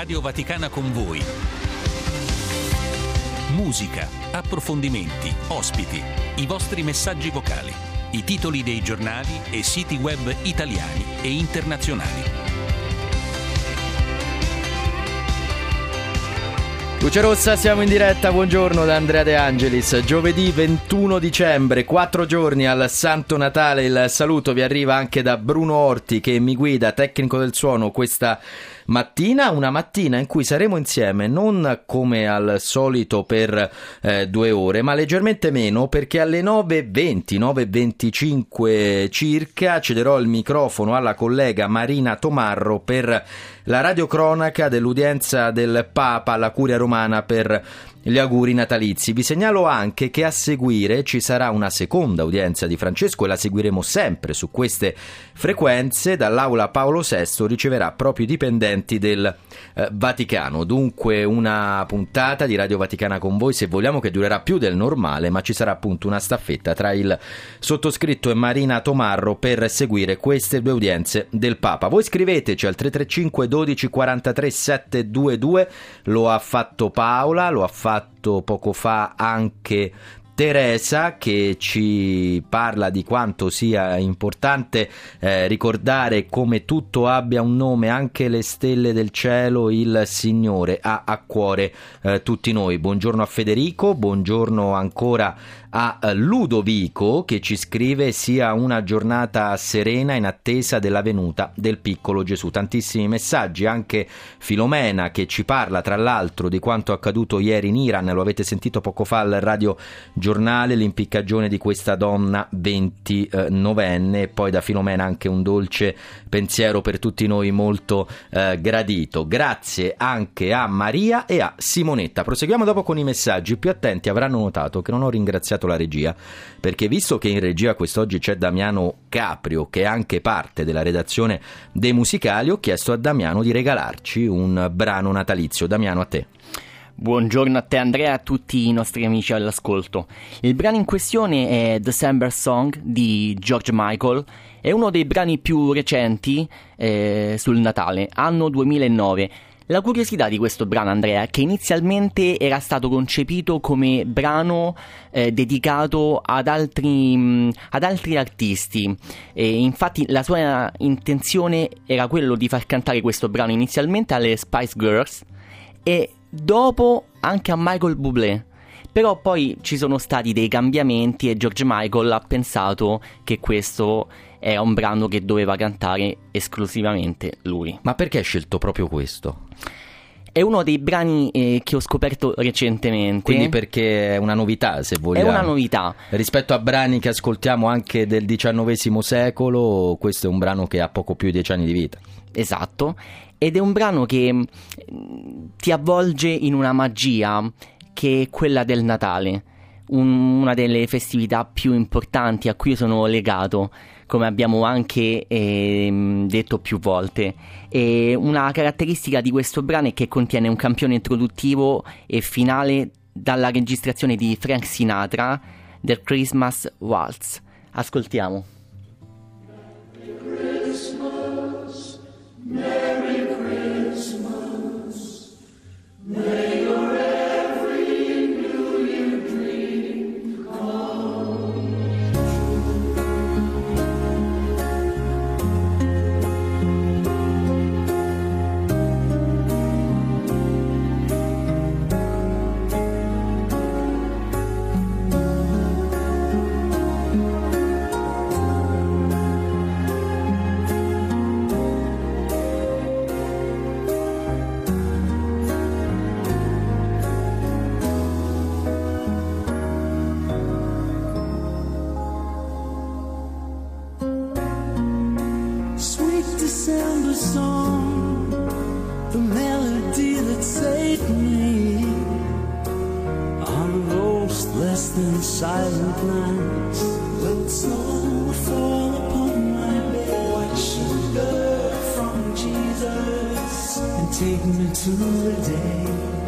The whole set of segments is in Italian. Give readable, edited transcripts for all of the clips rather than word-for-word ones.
Radio Vaticana con voi. Musica, approfondimenti, ospiti, i vostri messaggi vocali, i titoli dei giornali e siti web italiani e internazionali. Luce Rossa, siamo in diretta, buongiorno da Andrea De Angelis. Giovedì 21 dicembre, 4 giorni al Santo Natale. Il saluto vi arriva anche da Bruno Orti, che mi guida, tecnico del suono, questa mattina. Una mattina in cui saremo insieme non come al solito per 2 ore, ma leggermente meno, perché alle 9:20, 9:25 circa cederò il microfono alla collega Marina Tomarro per la radiocronaca dell'udienza del Papa alla Curia Romana per gli auguri natalizi. Vi segnalo anche che a seguire ci sarà una seconda udienza di Francesco e la seguiremo sempre su queste frequenze. Dall'aula Paolo VI riceverà proprio i dipendenti del Vaticano. Dunque una puntata di Radio Vaticana con voi, se vogliamo, che durerà più del normale, ma ci sarà appunto una staffetta tra il sottoscritto e Marina Tomarro per seguire queste 2 udienze del Papa. Voi scriveteci al 335 12 43 722, lo ha fatto Paola, lo ha fatto poco fa anche Teresa, che ci parla di quanto sia importante ricordare come tutto abbia un nome, anche le stelle del cielo. Il Signore ha a cuore tutti noi. Buongiorno a Federico, buongiorno ancora a Ludovico, che ci scrive: sia una giornata serena in attesa della venuta del piccolo Gesù. Tantissimi messaggi, anche Filomena che ci parla tra l'altro di quanto accaduto ieri in Iran, lo avete sentito poco fa al radio giornale, l'impiccagione di questa donna 29enne, e poi da Filomena anche un dolce pensiero per tutti noi molto gradito. Grazie anche a Maria e a Simonetta. Proseguiamo dopo con i messaggi. Più attenti avranno notato che non ho ringraziato la regia, perché visto che in regia quest'oggi c'è Damiano Caprio, che è anche parte della redazione dei musicali, ho chiesto a Damiano di regalarci un brano natalizio. Damiano, a te. Buongiorno a te Andrea e a tutti i nostri amici all'ascolto. Il brano in questione è December Song di George Michael, è uno dei brani più recenti sul Natale, anno 2009. La curiosità di questo brano, Andrea, è che inizialmente era stato concepito come brano dedicato ad altri artisti, e infatti la sua intenzione era quello di far cantare questo brano inizialmente alle Spice Girls e dopo anche a Michael Bublé. Però poi ci sono stati dei cambiamenti e George Michael ha pensato che questo era un brano che doveva cantare esclusivamente lui. Ma perché hai scelto proprio questo? È uno dei brani che ho scoperto recentemente. Quindi perché è una novità, se vogliamo. È una novità. Rispetto a brani che ascoltiamo anche del XIX secolo, questo è un brano che ha poco più di 10 anni di vita. Esatto. Ed è un brano che ti avvolge in una magia che è quella del Natale, una delle festività più importanti a cui io sono legato, come abbiamo anche detto più volte. E una caratteristica di questo brano è che contiene un campione introduttivo e finale dalla registrazione di Frank Sinatra del Christmas Waltz. Ascoltiamo. Christmas, Merry Christmas, may your every New Year dream come December song, the melody that saved me on those less than silent nights when snow would fall upon my bed. White sugar from Jesus and take me to the day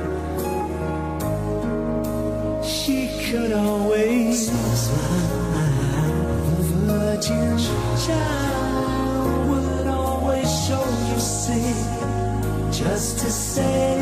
she could always smile. The virgin child would always show you see just to say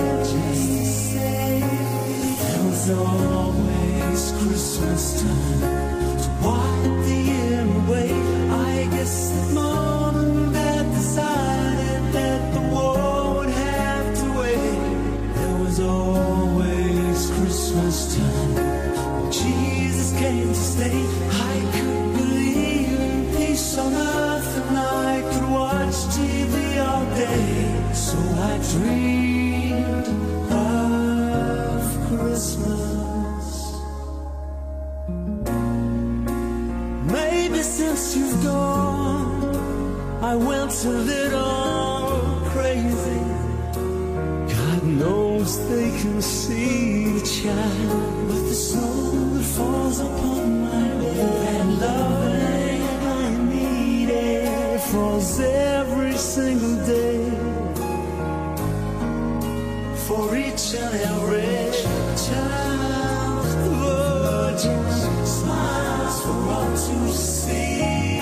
there was always Christmas time to wipe the year away. I guess that Mom and Dad decided that the war would have to wait. There was always Christmas time when Jesus came to stay. I could believe in peace on earth and I could watch TV all day. So I dreamed of Christmas. Maybe since you've gone, I went a little crazy. God knows they can see the child with the snow that falls upon my bed. And loving I need it falls every single day. For each and every child, the Virgin smiles for all to see.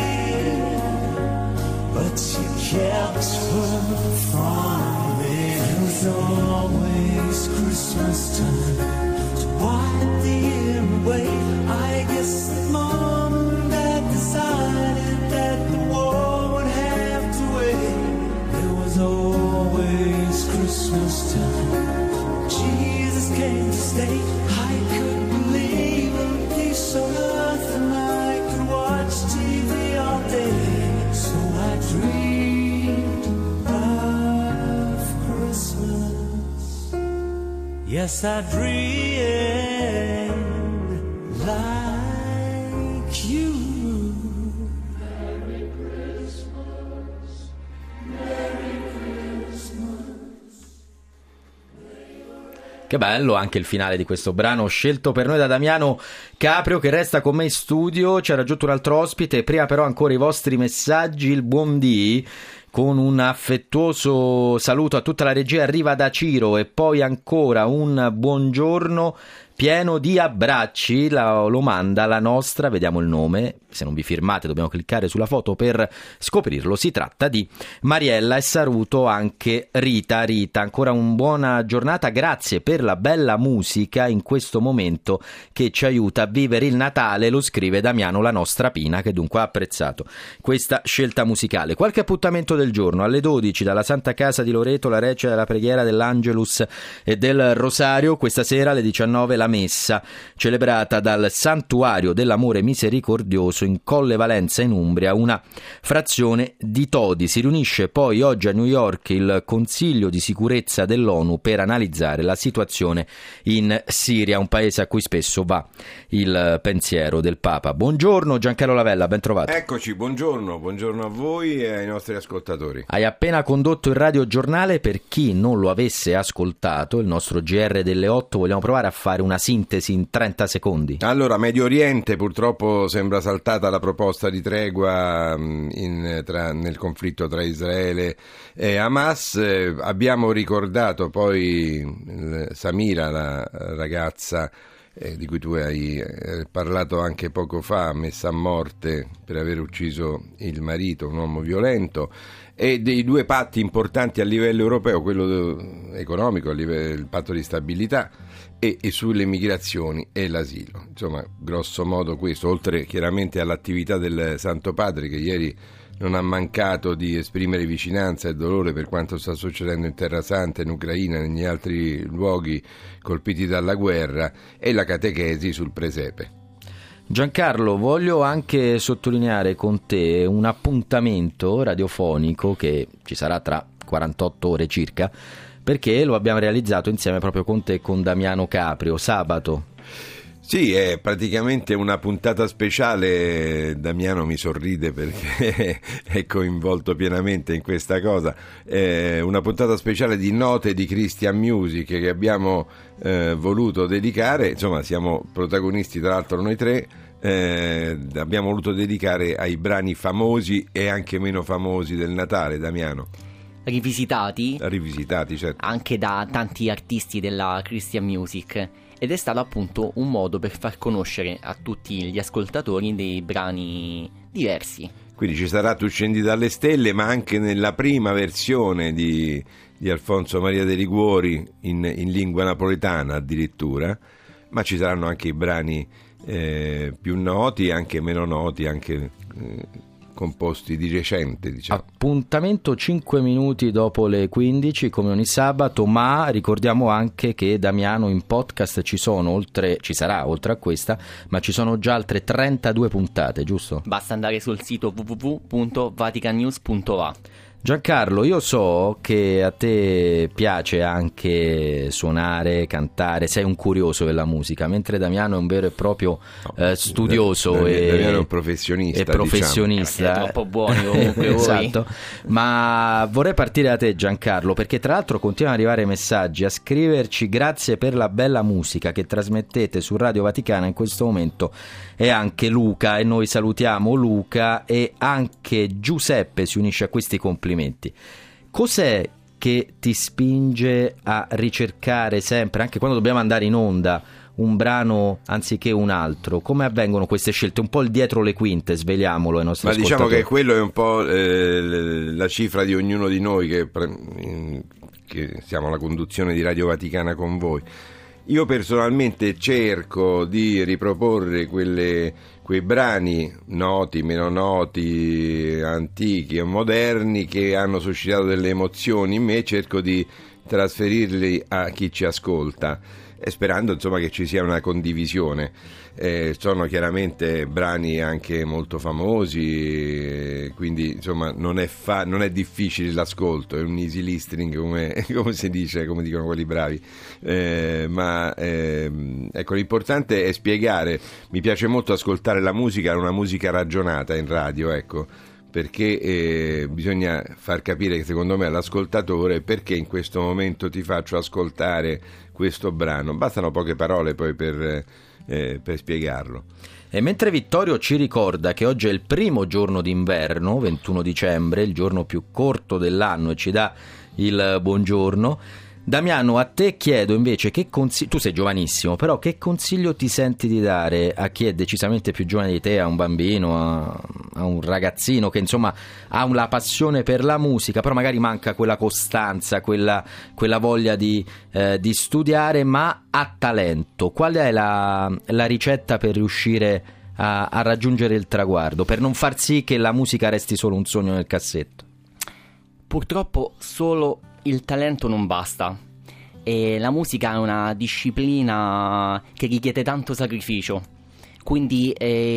But she kept her from me. It was always Christmas time to wipe the year away. I guess that Mom and Dad decided that the war would have to wait. There was always Christmas time. Jesus came to stay. I could believe in peace on earth and I could watch TV all day. So I dreamed of Christmas. Yes, I dreamed like you. Merry Christmas, Merry Christmas. Che bello anche il finale di questo brano scelto per noi da Damiano Caprio, che resta con me in studio. Ci ha raggiunto un altro ospite, prima però ancora i vostri messaggi. Il buon dì, con un affettuoso saluto a tutta la regia, arriva da Ciro, e poi ancora un buongiorno pieno di abbracci, lo manda la nostra, vediamo il nome, se non vi firmate dobbiamo cliccare sulla foto per scoprirlo, si tratta di Mariella, e saluto anche Rita, ancora una buona giornata, grazie per la bella musica in questo momento che ci aiuta a vivere il Natale, lo scrive Damiano la nostra Pina, che dunque ha apprezzato questa scelta musicale. Qualche appuntamento del giorno: alle 12 dalla Santa Casa di Loreto la recita della preghiera dell'Angelus e del Rosario, questa sera alle 19 la messa celebrata dal Santuario dell'Amore Misericordioso in Colle Valenza in Umbria, una frazione di Todi. Si riunisce poi oggi a New York il Consiglio di sicurezza dell'ONU per analizzare la situazione in Siria, un paese a cui spesso va il pensiero del Papa. Buongiorno Giancarlo Lavella, ben trovato. Eccoci, buongiorno a voi e ai nostri ascoltatori. Hai appena condotto il radiogiornale. Per chi non lo avesse ascoltato, il nostro GR delle 8, vogliamo provare a fare una sintesi in 30 secondi. Allora, Medio Oriente, purtroppo sembra saltata la proposta di tregua nel conflitto tra Israele e Hamas. Abbiamo ricordato poi Samira, la ragazza di cui tu hai parlato anche poco fa, messa a morte per aver ucciso il marito, un uomo violento, e dei due patti importanti a livello europeo, quello economico, il patto di stabilità, e sulle migrazioni e l'asilo. Insomma, grosso modo questo, oltre chiaramente all'attività del Santo Padre, che ieri non ha mancato di esprimere vicinanza e dolore per quanto sta succedendo in Terra Santa, in Ucraina e negli altri luoghi colpiti dalla guerra, e la catechesi sul presepe. Giancarlo, voglio anche sottolineare con te un appuntamento radiofonico che ci sarà tra 48 ore circa, perché lo abbiamo realizzato insieme proprio con te e con Damiano Caprio, sabato. Sì, è praticamente una puntata speciale. Damiano mi sorride perché è coinvolto pienamente in questa cosa. Una puntata speciale di note di Christian Music che abbiamo voluto dedicare, insomma siamo protagonisti tra l'altro noi tre, abbiamo voluto dedicare ai brani famosi e anche meno famosi del Natale, Damiano. Rivisitati, certo, anche da tanti artisti della Christian Music, ed è stato appunto un modo per far conoscere a tutti gli ascoltatori dei brani diversi. Quindi ci sarà Tu scendi dalle stelle, ma anche nella prima versione di Alfonso Maria de Liguori in lingua napoletana addirittura, ma ci saranno anche i brani più noti, anche meno noti, anche composti di recente, diciamo. Appuntamento 5 minuti dopo le 15 come ogni sabato, ma ricordiamo anche che Damiano in podcast ci sarà oltre a questa, ma ci sono già altre 32 puntate, giusto? Basta andare sul sito www.vaticannews.va. Giancarlo, io so che a te piace anche suonare, cantare, sei un curioso della musica, mentre Damiano è un vero e proprio studioso. Damiano è un professionista. È professionista. Siete troppo buoni comunque voi. Esatto. Ma vorrei partire da te, Giancarlo, perché tra l'altro continuano ad arrivare messaggi a scriverci: grazie per la bella musica che trasmettete su Radio Vaticana in questo momento. E anche Luca, e noi salutiamo Luca, e anche Giuseppe si unisce a questi complimenti. Cos'è che ti spinge a ricercare sempre, anche quando dobbiamo andare in onda, un brano anziché un altro? Come avvengono queste scelte? Un po' il dietro le quinte, sveliamolo ai nostri ascoltatori. Ma diciamo che quello è un po' la cifra di ognuno di noi che siamo alla conduzione di Radio Vaticana con voi. Io personalmente cerco di riproporre quei brani noti, meno noti, antichi e moderni che hanno suscitato delle emozioni in me, cerco di trasferirli a chi ci ascolta, sperando insomma che ci sia una condivisione. Sono chiaramente brani anche molto famosi, quindi insomma non è difficile l'ascolto, è un easy listening come si dice, come dicono quelli bravi, ma ecco, l'importante è spiegare. Mi piace molto ascoltare la musica, una musica ragionata in radio, ecco, perché bisogna far capire, secondo me, all'ascoltatore perché in questo momento ti faccio ascoltare questo brano. Bastano poche parole poi per spiegarlo. E mentre Vittorio ci ricorda che oggi è il primo giorno d'inverno, 21 dicembre, il giorno più corto dell'anno, e ci dà il buongiorno, Damiano, a te chiedo invece tu sei giovanissimo, però che consiglio ti senti di dare a chi è decisamente più giovane di te, a un bambino, a un ragazzino che insomma ha una passione per la musica, però magari manca quella costanza, quella voglia di studiare, ma ha talento? Qual è la ricetta per riuscire a raggiungere il traguardo, per non far sì che la musica resti solo un sogno nel cassetto? Purtroppo solo il talento non basta, e la musica è una disciplina che richiede tanto sacrificio, quindi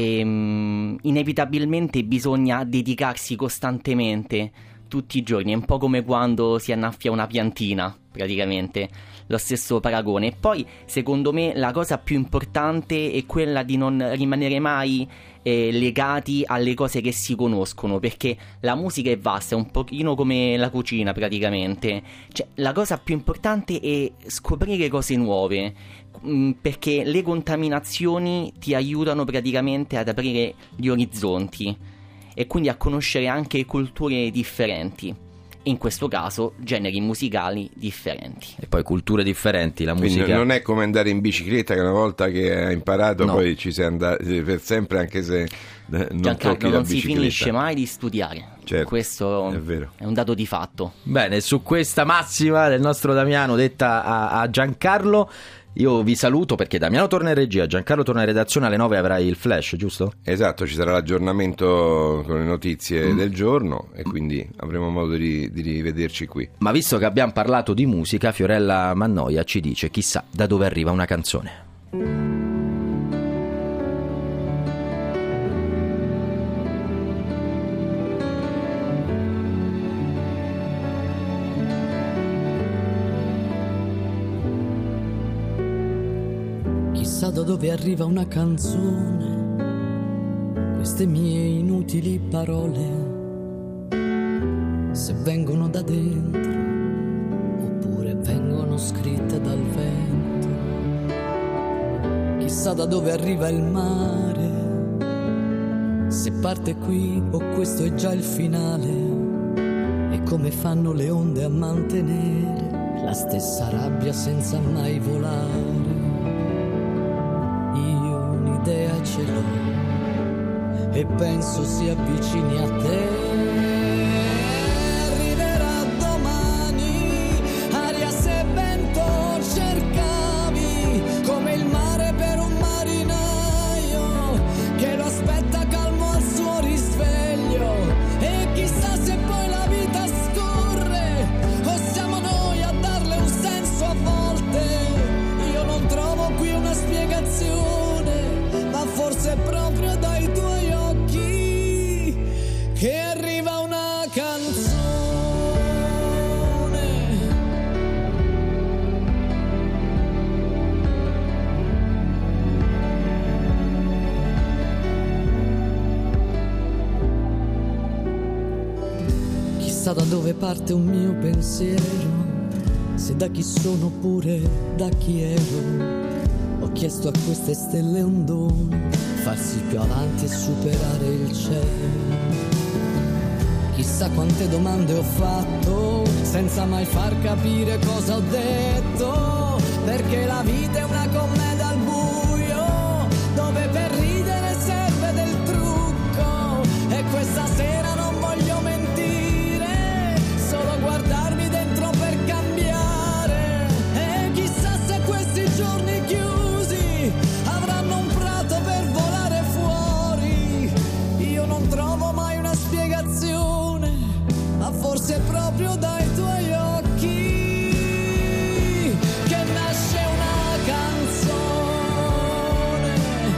inevitabilmente bisogna dedicarsi costantemente tutti i giorni. È un po' come quando si annaffia una piantina, praticamente lo stesso paragone. E poi secondo me la cosa più importante è quella di non rimanere mai legati alle cose che si conoscono, perché la musica è vasta, è un pochino come la cucina praticamente. Cioè, la cosa più importante è scoprire cose nuove, perché le contaminazioni ti aiutano praticamente ad aprire gli orizzonti e quindi a conoscere anche culture differenti, in questo caso generi musicali differenti. E poi culture differenti, la musica. Quindi non è come andare in bicicletta, che una volta che hai imparato poi ci sei andato per sempre, anche se non Giancarlo, tocchi la non bicicletta. si finisce mai di studiare. Certo, questo è vero. È un dato di fatto. Bene, su questa massima del nostro Damiano detta a Giancarlo, io vi saluto perché Damiano torna in regia, Giancarlo torna in redazione, alle 9 avrai il flash, giusto? Esatto, ci sarà l'aggiornamento con le notizie del giorno e quindi avremo modo di rivederci qui. Ma visto che abbiamo parlato di musica, Fiorella Mannoia ci dice chissà da dove arriva una canzone. Chissà da dove arriva una canzone, queste mie inutili parole, se vengono da dentro oppure vengono scritte dal vento. Chissà da dove arriva il mare, se parte qui o questo è già il finale, e come fanno le onde a mantenere la stessa rabbia senza mai volare. Io un'idea ce l'ho, e penso si avvicini a te. Arriverà domani, aria se vento cercavi, come il mare per un marinaio che lo aspetta calmo al suo risveglio. E chissà se poi la vita scorre o siamo noi a darle un senso a volte. Io non trovo qui una spiegazione, ma forse è proprio dai tuoi occhi che arriva una canzone. Chissà da dove parte un mio pensiero, se da chi sono oppure da chi ero. Ho chiesto a queste stelle un dono, farsi più avanti e superare il cielo. Chissà quante domande ho fatto, senza mai far capire cosa ho detto. Perché la vita è una commedia al buio, dove per ridere serve del trucco. E questa sera non voglio mentire, solo guardarmi dentro per cambiare. E chissà se questi giorni chiusi avranno un prato per volare fuori. Io non trovo mai una spiegazione, ma forse è proprio dai tuoi occhi che nasce una canzone.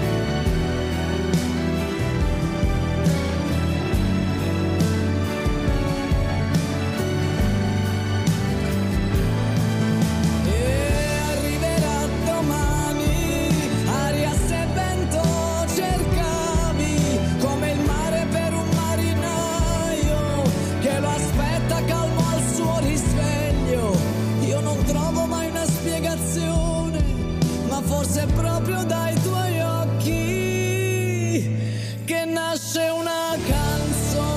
E arriverà domani, aria se vento cercavi, come il mare per un marinaio che lo aspetta calmo al suo risveglio. Io non trovo mai una spiegazione, ma forse è proprio dai tuoi occhi che nasce una canzone.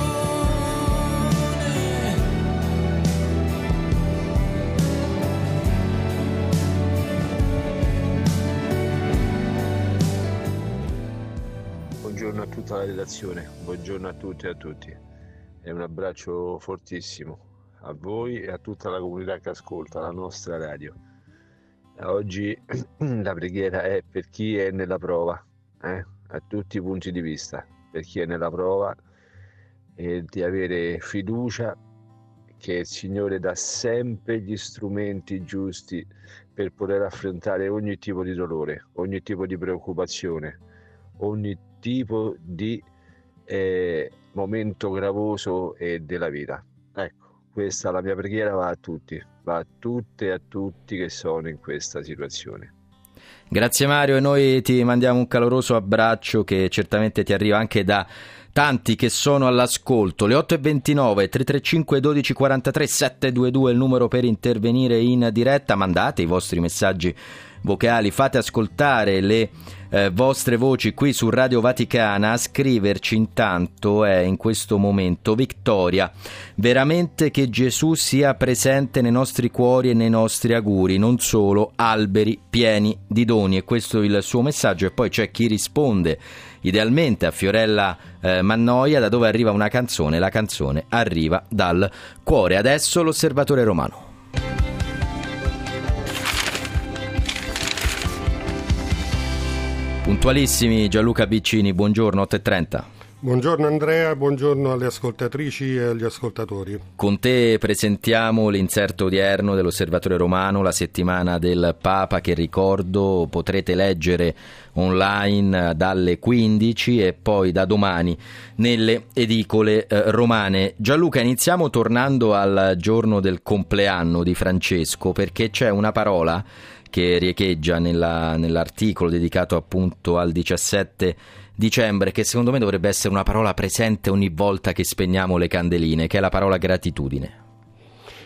Buongiorno a tutta la redazione, buongiorno a tutte e a tutti e un abbraccio fortissimo a voi e a tutta la comunità che ascolta la nostra radio. Oggi la preghiera è per chi è nella prova, a tutti i punti di vista, per chi è nella prova, e di avere fiducia che il Signore dà sempre gli strumenti giusti per poter affrontare ogni tipo di dolore, ogni tipo di preoccupazione, ogni tipo di momento gravoso della vita. Ecco, questa la mia preghiera va a tutti, va a tutte e a tutti che sono in questa situazione. Grazie Mario, e noi ti mandiamo un caloroso abbraccio che certamente ti arriva anche da tanti che sono all'ascolto. Le 8:29, 335 12 43 722 il numero per intervenire in diretta. Mandate i vostri messaggi vocali, fate ascoltare le vostre voci qui su Radio Vaticana. A scriverci intanto è in questo momento Vittoria: veramente che Gesù sia presente nei nostri cuori e nei nostri auguri, non solo alberi pieni di doni. E questo è il suo messaggio. E poi c'è chi risponde idealmente a Fiorella Mannoia: da dove arriva una canzone? La canzone arriva dal cuore. Adesso l'Osservatore Romano. Puntualissimi Gianluca Piccini, buongiorno, 8:30. Buongiorno Andrea, buongiorno alle ascoltatrici e agli ascoltatori. Con te presentiamo l'inserto odierno dell'Osservatore Romano, la settimana del Papa, che ricordo potrete leggere online dalle 15 e poi da domani nelle edicole romane. Gianluca, iniziamo tornando al giorno del compleanno di Francesco, perché c'è una parola che riecheggia nell'articolo dedicato appunto al 17 dicembre, che secondo me dovrebbe essere una parola presente ogni volta che spegniamo le candeline, che è la parola gratitudine.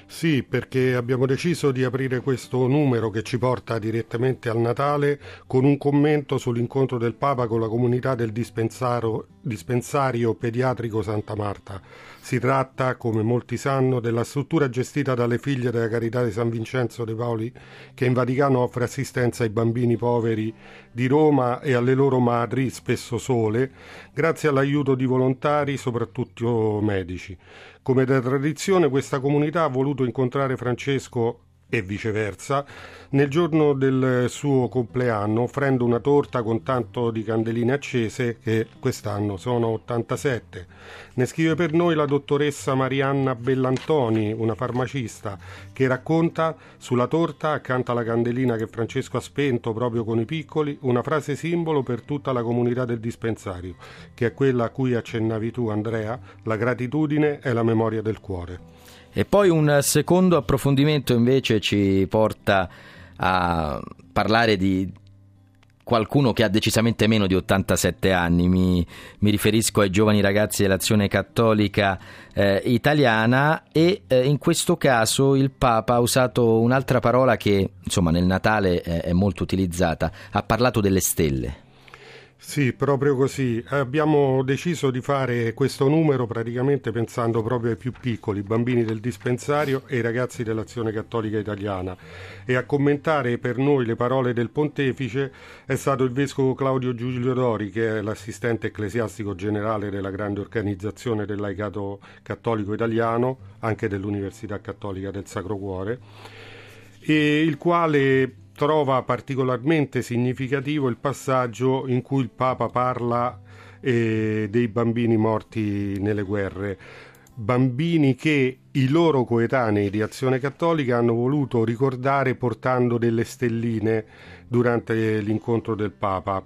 Sì, perché abbiamo deciso di aprire questo numero che ci porta direttamente al Natale con un commento sull'incontro del Papa con la comunità del dispensario pediatrico Santa Marta. Si tratta, come molti sanno, della struttura gestita dalle figlie della Carità di San Vincenzo de Pauli, che in Vaticano offre assistenza ai bambini poveri di Roma e alle loro madri, spesso sole, grazie all'aiuto di volontari, soprattutto medici. Come da tradizione, questa comunità ha voluto incontrare Francesco e viceversa nel giorno del suo compleanno, offrendo una torta con tanto di candeline accese, che quest'anno sono 87. Ne scrive per noi la dottoressa Marianna Bellantoni, una farmacista, che racconta sulla torta, accanto alla candelina che Francesco ha spento proprio con i piccoli, una frase simbolo per tutta la comunità del dispensario, che è quella a cui accennavi tu, Andrea: la gratitudine è la memoria del cuore. E poi un secondo approfondimento invece ci porta a parlare di qualcuno che ha decisamente meno di 87 anni. Mi riferisco ai giovani ragazzi dell'Azione Cattolica Italiana, e in questo caso il Papa ha usato un'altra parola che insomma nel Natale è molto utilizzata. Ha parlato delle stelle. Sì, proprio così. Abbiamo deciso di fare questo numero praticamente pensando proprio ai più piccoli, i bambini del dispensario e i ragazzi dell'Azione Cattolica Italiana. E a commentare per noi le parole del pontefice è stato il vescovo Claudio Giulio Dori, che è l'assistente ecclesiastico generale della grande organizzazione del laicato cattolico italiano, anche dell'Università Cattolica del Sacro Cuore, e il quale trova particolarmente significativo il passaggio in cui il Papa parla dei bambini morti nelle guerre, bambini che i loro coetanei di Azione Cattolica hanno voluto ricordare portando delle stelline durante l'incontro del Papa.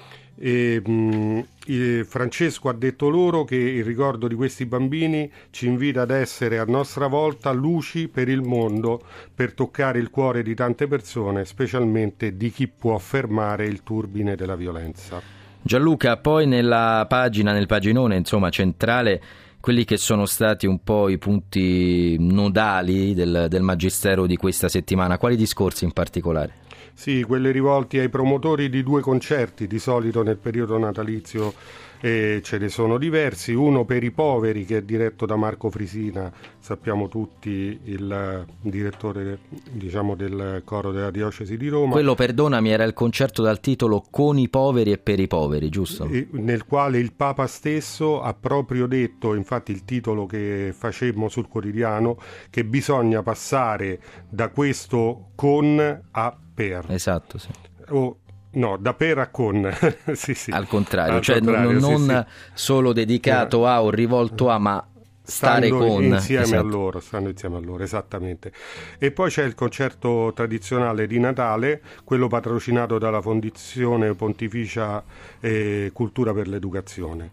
Francesco ha detto loro che il ricordo di questi bambini ci invita ad essere a nostra volta luci per il mondo, per toccare il cuore di tante persone, specialmente di chi può fermare il turbine della violenza. Gianluca, poi nella pagina, nel paginone insomma centrale, quelli che sono stati un po' i punti nodali del magistero di questa settimana. Quali discorsi in particolare? Sì, quelli rivolti ai promotori di due concerti, di solito nel periodo natalizio ce ne sono diversi. Uno per i poveri, che è diretto da Marco Frisina, sappiamo tutti, il direttore del coro della diocesi di Roma. Quello, perdonami, era il concerto dal titolo Con i poveri e per i poveri, giusto? Nel quale il Papa stesso ha proprio detto, infatti il titolo che facemmo sul quotidiano, che bisogna passare da questo con a per. Esatto, sì. No, da per a con. Sì. Al contrario, non solo dedicato a o rivolto a, ma stare con. Insieme esatto. a loro, stando insieme a loro, esattamente. E poi c'è il concerto tradizionale di Natale, quello patrocinato dalla Fondazione Pontificia Cultura per l'Educazione.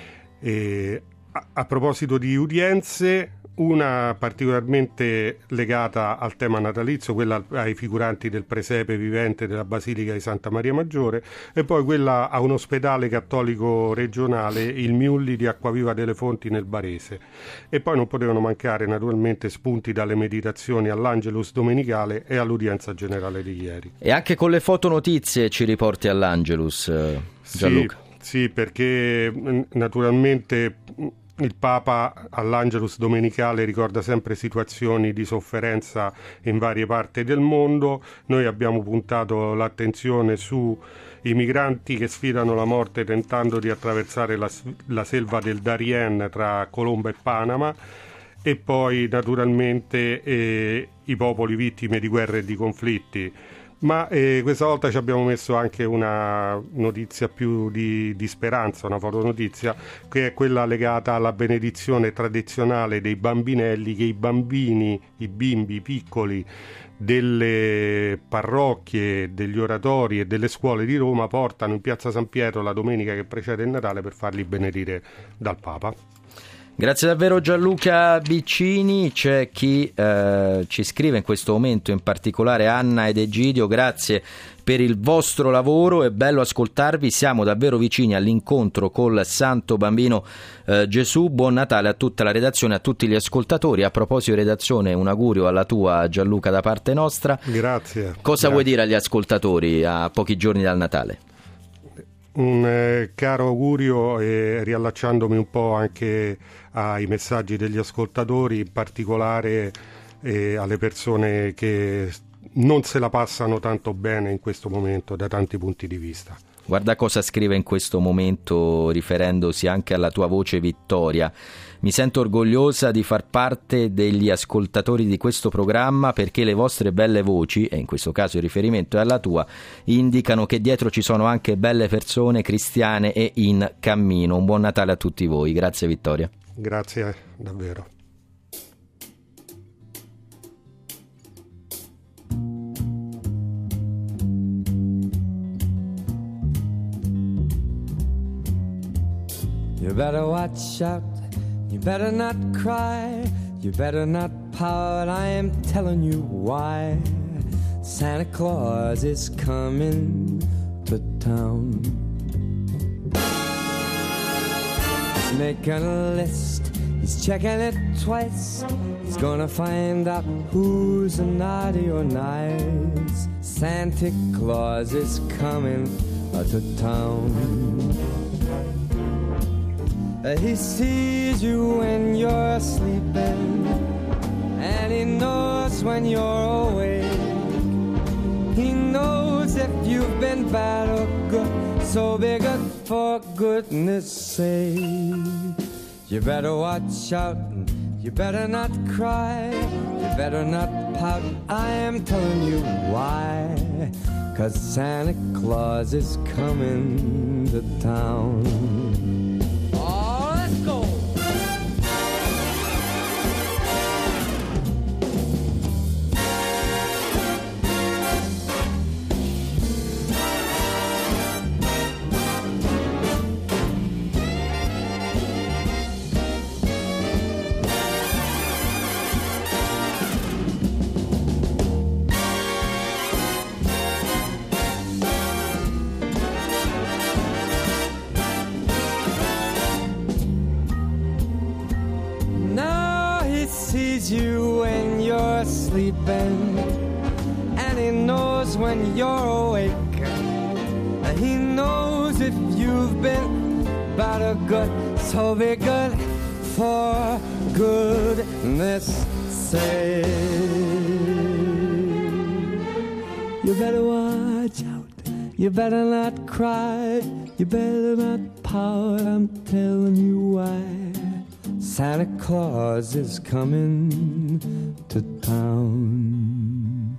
A proposito di udienze, una particolarmente legata al tema natalizio, quella ai figuranti del presepe vivente della Basilica di Santa Maria Maggiore, e poi quella a un ospedale cattolico regionale, il Miulli di Acquaviva delle Fonti nel Barese. E poi non potevano mancare naturalmente spunti dalle meditazioni all'Angelus domenicale e all'udienza generale di ieri. E anche con le fotonotizie ci riporti all'Angelus, Gianluca. Sì, perché naturalmente il Papa all'Angelus domenicale ricorda sempre situazioni di sofferenza in varie parti del mondo. Noi abbiamo puntato l'attenzione sui migranti che sfidano la morte tentando di attraversare la selva del Darién tra Colombo e Panama, e poi naturalmente i popoli vittime di guerre e di conflitti. Ma questa volta ci abbiamo messo anche una notizia più di speranza, una fotonotizia, che è quella legata alla benedizione tradizionale dei bambinelli che i bimbi piccoli delle parrocchie, degli oratori e delle scuole di Roma portano in piazza San Pietro la domenica che precede il Natale per farli benedire dal Papa. Grazie davvero Gianluca Biccini. C'è chi ci scrive in questo momento, in particolare Anna ed Egidio: grazie per il vostro lavoro, è bello ascoltarvi, siamo davvero vicini all'incontro col Santo Bambino Gesù. Buon Natale a tutta la redazione, a tutti gli ascoltatori. A proposito di redazione, un augurio alla tua, Gianluca, da parte nostra. Grazie. Cosa vuoi dire agli ascoltatori a pochi giorni dal Natale? Un caro augurio, e riallacciandomi un po' anche ai messaggi degli ascoltatori, in particolare alle persone che non se la passano tanto bene in questo momento da tanti punti di vista. Guarda cosa scrive in questo momento, riferendosi anche alla tua voce, Vittoria: mi sento orgogliosa di far parte degli ascoltatori di questo programma, perché le vostre belle voci, e in questo caso il riferimento è alla tua, indicano che dietro ci sono anche belle persone cristiane e in cammino. Un buon Natale a tutti voi. Grazie Vittoria. Grazie davvero. You better watch out, you better not cry, you better not pout, I am telling you why. Santa Claus is coming to town. He's making a list, he's checking it twice, he's gonna find out who's naughty or nice. Santa Claus is coming to town. He sees you when you're sleeping, and he knows when you're awake. He knows if you've been bad or good, so be good for goodness sake. You better watch out, you better not cry, you better not pout, I am telling you why. 'Cause Santa Claus is coming to town. You when you're sleeping, and he knows when you're awake. He knows if you've been bad or good, so be good for goodness sake. You better watch out, you better not cry, you better not pout, I'm telling you why. Santa Claus is coming to town.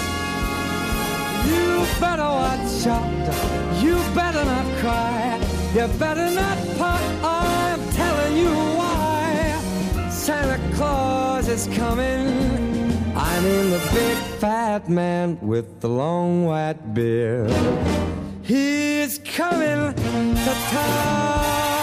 You better watch out, you better not cry, you better not pout, I'm telling you why. Santa Claus is coming, I mean the big fat man with the long white beard. He's coming to town.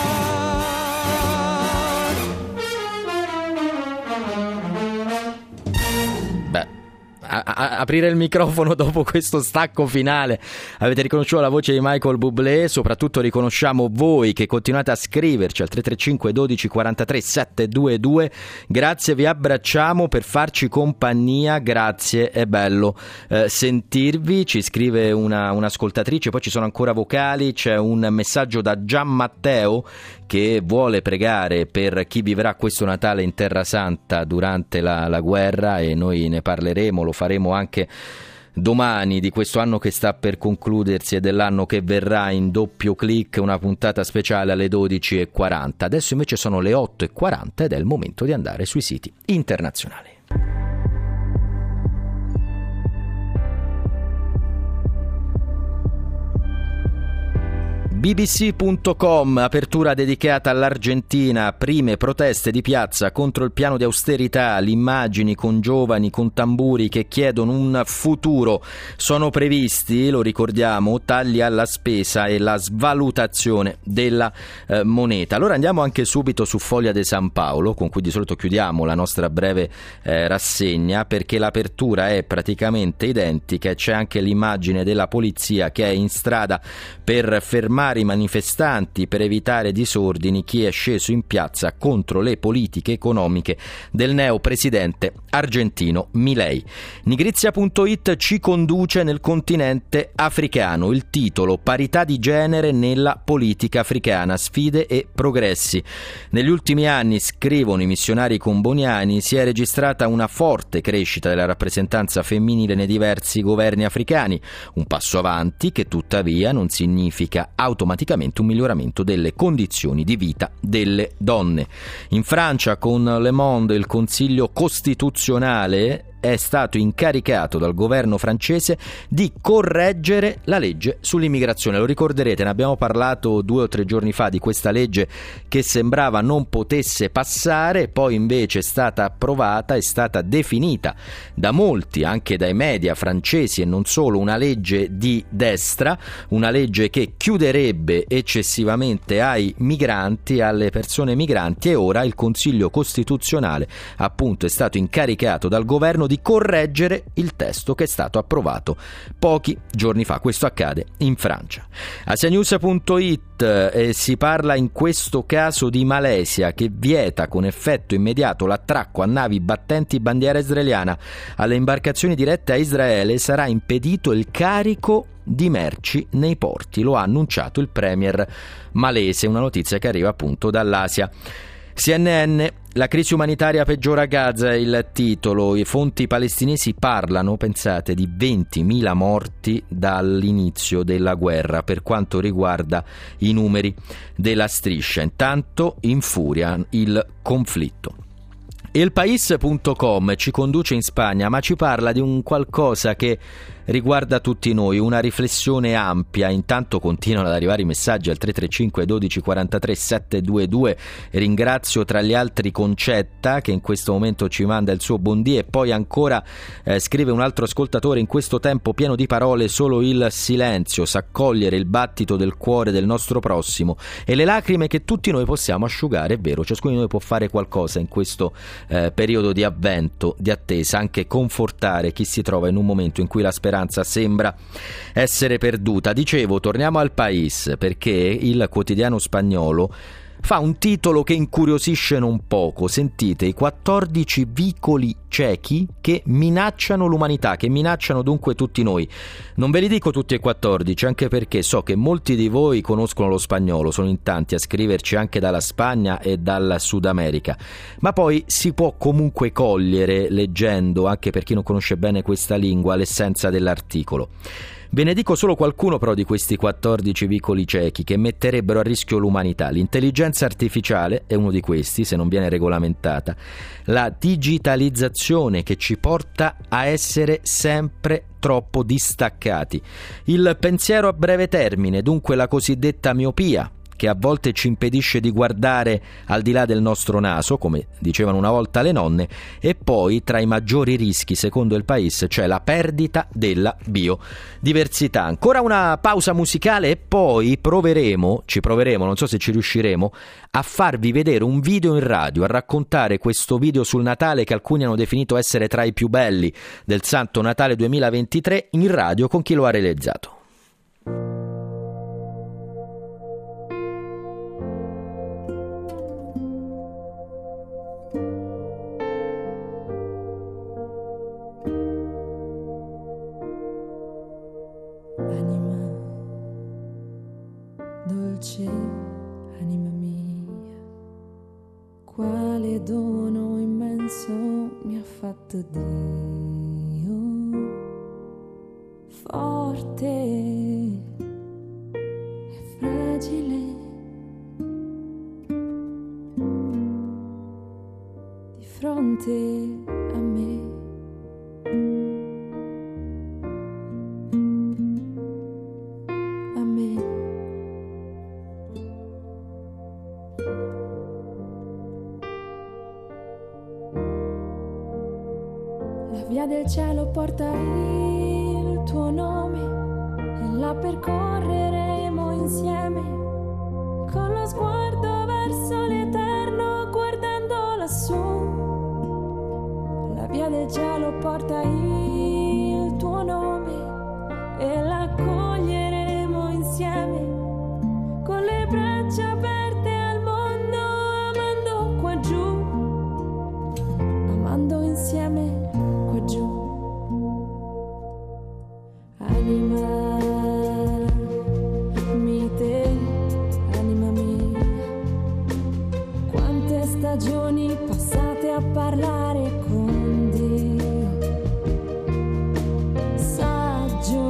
Aprire il microfono dopo questo stacco finale. Avete riconosciuto la voce di Michael Bublé, soprattutto riconosciamo voi che continuate a scriverci al 335 12 43 722. Grazie, vi abbracciamo per farci compagnia, grazie, è bello sentirvi. Ci scrive un'ascoltatrice, poi ci sono ancora vocali, c'è un messaggio da Gian Matteo che vuole pregare per chi vivrà questo Natale in Terra Santa durante la guerra, e noi ne parleremo, lo faremo anche domani di questo anno che sta per concludersi e dell'anno che verrà in doppio click, una puntata speciale alle 12:40. Adesso invece sono le 8:40 ed è il momento di andare sui siti internazionali. BBC.com, apertura dedicata all'Argentina, prime proteste di piazza contro il piano di austerità, le immagini con giovani con tamburi che chiedono un futuro. Sono previsti, lo ricordiamo, tagli alla spesa e la svalutazione della moneta. Allora andiamo anche subito su Foglia de San Paolo, con cui di solito chiudiamo la nostra breve rassegna, perché l'apertura è praticamente identica e c'è anche l'immagine della polizia che è in strada per fermare i manifestanti, per evitare disordini, chi è sceso in piazza contro le politiche economiche del neopresidente argentino Milei. Nigrizia.it ci conduce nel continente africano, il titolo: parità di genere nella politica africana, sfide e progressi. Negli ultimi anni, scrivono i missionari comboniani, si è registrata una forte crescita della rappresentanza femminile nei diversi governi africani, un passo avanti che tuttavia non significa automaticamente un miglioramento delle condizioni di vita delle donne. In Francia, con Le Monde, il Consiglio Costituzionale è stato incaricato dal governo francese di correggere la legge sull'immigrazione. Lo ricorderete, ne abbiamo parlato 2 o 3 giorni fa di questa legge che sembrava non potesse passare, poi invece è stata approvata, è stata definita da molti, anche dai media francesi e non solo, una legge di destra, una legge che chiuderebbe eccessivamente ai migranti, alle persone migranti, e ora il Consiglio Costituzionale appunto è stato incaricato dal governo di correggere il testo che è stato approvato pochi giorni fa. Questo accade in Francia. Asianews.it si parla in questo caso di Malesia, che vieta con effetto immediato l'attracco a navi battenti bandiera israeliana. Alle imbarcazioni dirette a Israele sarà impedito il carico di merci nei porti, lo ha annunciato il premier malese, una notizia che arriva appunto dall'Asia. CNN: la crisi umanitaria peggiora a Gaza, è il titolo. I fonti palestinesi parlano, pensate, di 20.000 morti dall'inizio della guerra per quanto riguarda i numeri della striscia. Intanto infuria il conflitto. Elpais.com ci conduce in Spagna, ma ci parla di un qualcosa che riguarda tutti noi, una riflessione ampia. Intanto continuano ad arrivare i messaggi al 335 12 43 722. Ringrazio tra gli altri Concetta, che in questo momento ci manda il suo buondì, e poi ancora scrive un altro ascoltatore: in questo tempo pieno di parole solo il silenzio sa cogliere il battito del cuore del nostro prossimo e le lacrime che tutti noi possiamo asciugare. È vero, ciascuno di noi può fare qualcosa in questo periodo di avvento, di attesa, anche confortare chi si trova in un momento in cui la speranza sembra essere perduta. Dicevo, torniamo al País, perché il quotidiano spagnolo fa un titolo che incuriosisce non poco. Sentite: i 14 vicoli ciechi che minacciano l'umanità, che minacciano dunque tutti noi. Non ve li dico tutti e 14, anche perché so che molti di voi conoscono lo spagnolo, sono in tanti a scriverci anche dalla Spagna e dal Sud America, ma poi si può comunque cogliere, leggendo, anche per chi non conosce bene questa lingua, l'essenza dell'articolo. Ve ne dico solo qualcuno però di questi 14 vicoli ciechi che metterebbero a rischio l'umanità. L'intelligenza artificiale è uno di questi, se non viene regolamentata. La digitalizzazione, che ci porta a essere sempre troppo distaccati. Il pensiero a breve termine, dunque la cosiddetta miopia, che a volte ci impedisce di guardare al di là del nostro naso, come dicevano una volta le nonne. E poi, tra i maggiori rischi, secondo il País, c'è la perdita della biodiversità. Ancora una pausa musicale e poi ci proveremo, non so se ci riusciremo, a farvi vedere un video in radio, a raccontare questo video sul Natale che alcuni hanno definito essere tra i più belli del Santo Natale 2023, in radio con chi lo ha realizzato. Anima mia, quale dono immenso mi ha fatto Dio, forte e fragile, di fronte a me. La via del cielo porta il tuo nome e la percorreremo insieme con lo sguardo verso l'eterno guardando lassù. La via del cielo porta il tuo nome e la accoglieremo insieme con le braccia aperte al mondo, amando qua giù, amando insieme qua giù. Animami te, anima mia, quante stagioni passate a parlare con Dio, saggio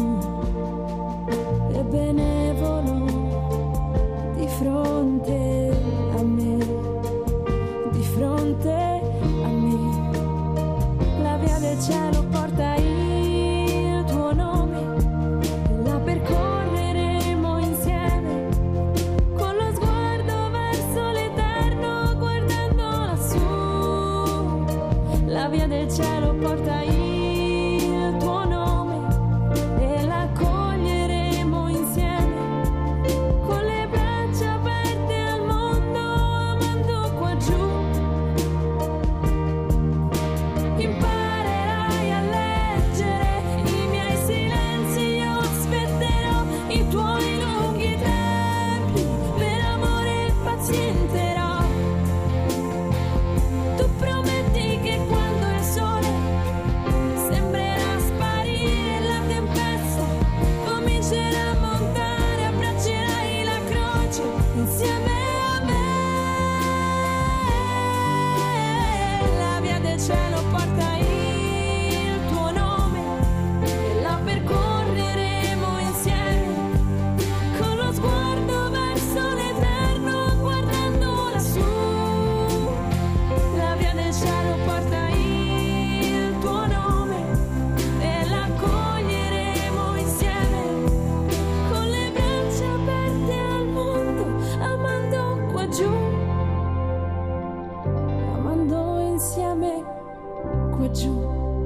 e benevolo di fronte a me, di fronte a me. La via del cielo porta il tuo nome e la percorreremo insieme con lo sguardo verso l'eterno guardando lassù. La via del cielo porta il tuo nome e la accoglieremo insieme con le braccia aperte al mondo, amando qua giù. Imparerai a leggere i miei silenzi, io aspetterò i tuoi lunghi tempi, per amore pazienterò. Tu prometti che quando il sole sembrerà sparire, la tempesta comincerà a montare, abbraccerai la croce insieme a me. La via del cielo porta il tuo nome e la percorreremo insieme con lo sguardo verso l'eterno guardando lassù. La via del cielo porta il tuo nome e la accoglieremo insieme con le braccia aperte al mondo, amando qua giù, amando insieme qua giù.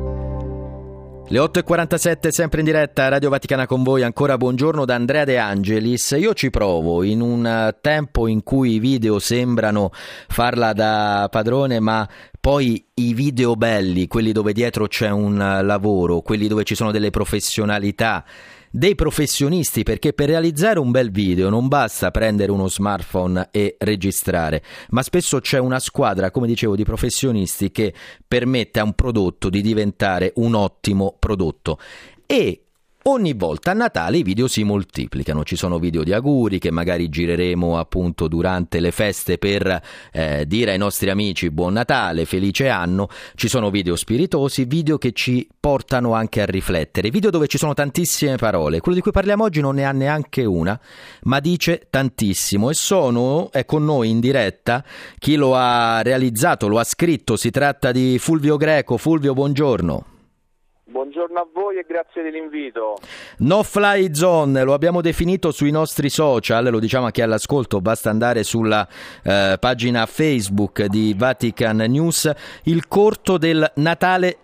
Le 8.47 sempre in diretta a Radio Vaticana con voi, ancora buongiorno da Andrea De Angelis. Io ci provo in un tempo in cui i video sembrano farla da padrone, ma poi i video belli, quelli dove dietro c'è un lavoro, quelli dove ci sono delle professionalità, dei professionisti, perché per realizzare un bel video non basta prendere uno smartphone e registrare, ma spesso c'è una squadra, come dicevo, di professionisti che permette a un prodotto di diventare un ottimo prodotto. E ogni volta a Natale i video si moltiplicano, ci sono video di auguri che magari gireremo appunto durante le feste per dire ai nostri amici buon Natale, felice anno, ci sono video spiritosi, video che ci portano anche a riflettere, video dove ci sono tantissime parole. Quello di cui parliamo oggi non ne ha neanche una, ma dice tantissimo, e è con noi in diretta chi lo ha realizzato, lo ha scritto, si tratta di Fulvio Greco. Fulvio, buongiorno. Buongiorno a voi e grazie dell'invito. No Fly Zone, lo abbiamo definito sui nostri social, lo diciamo a chi è all'ascolto, basta andare sulla pagina Facebook di Vatican News, il corto del Natale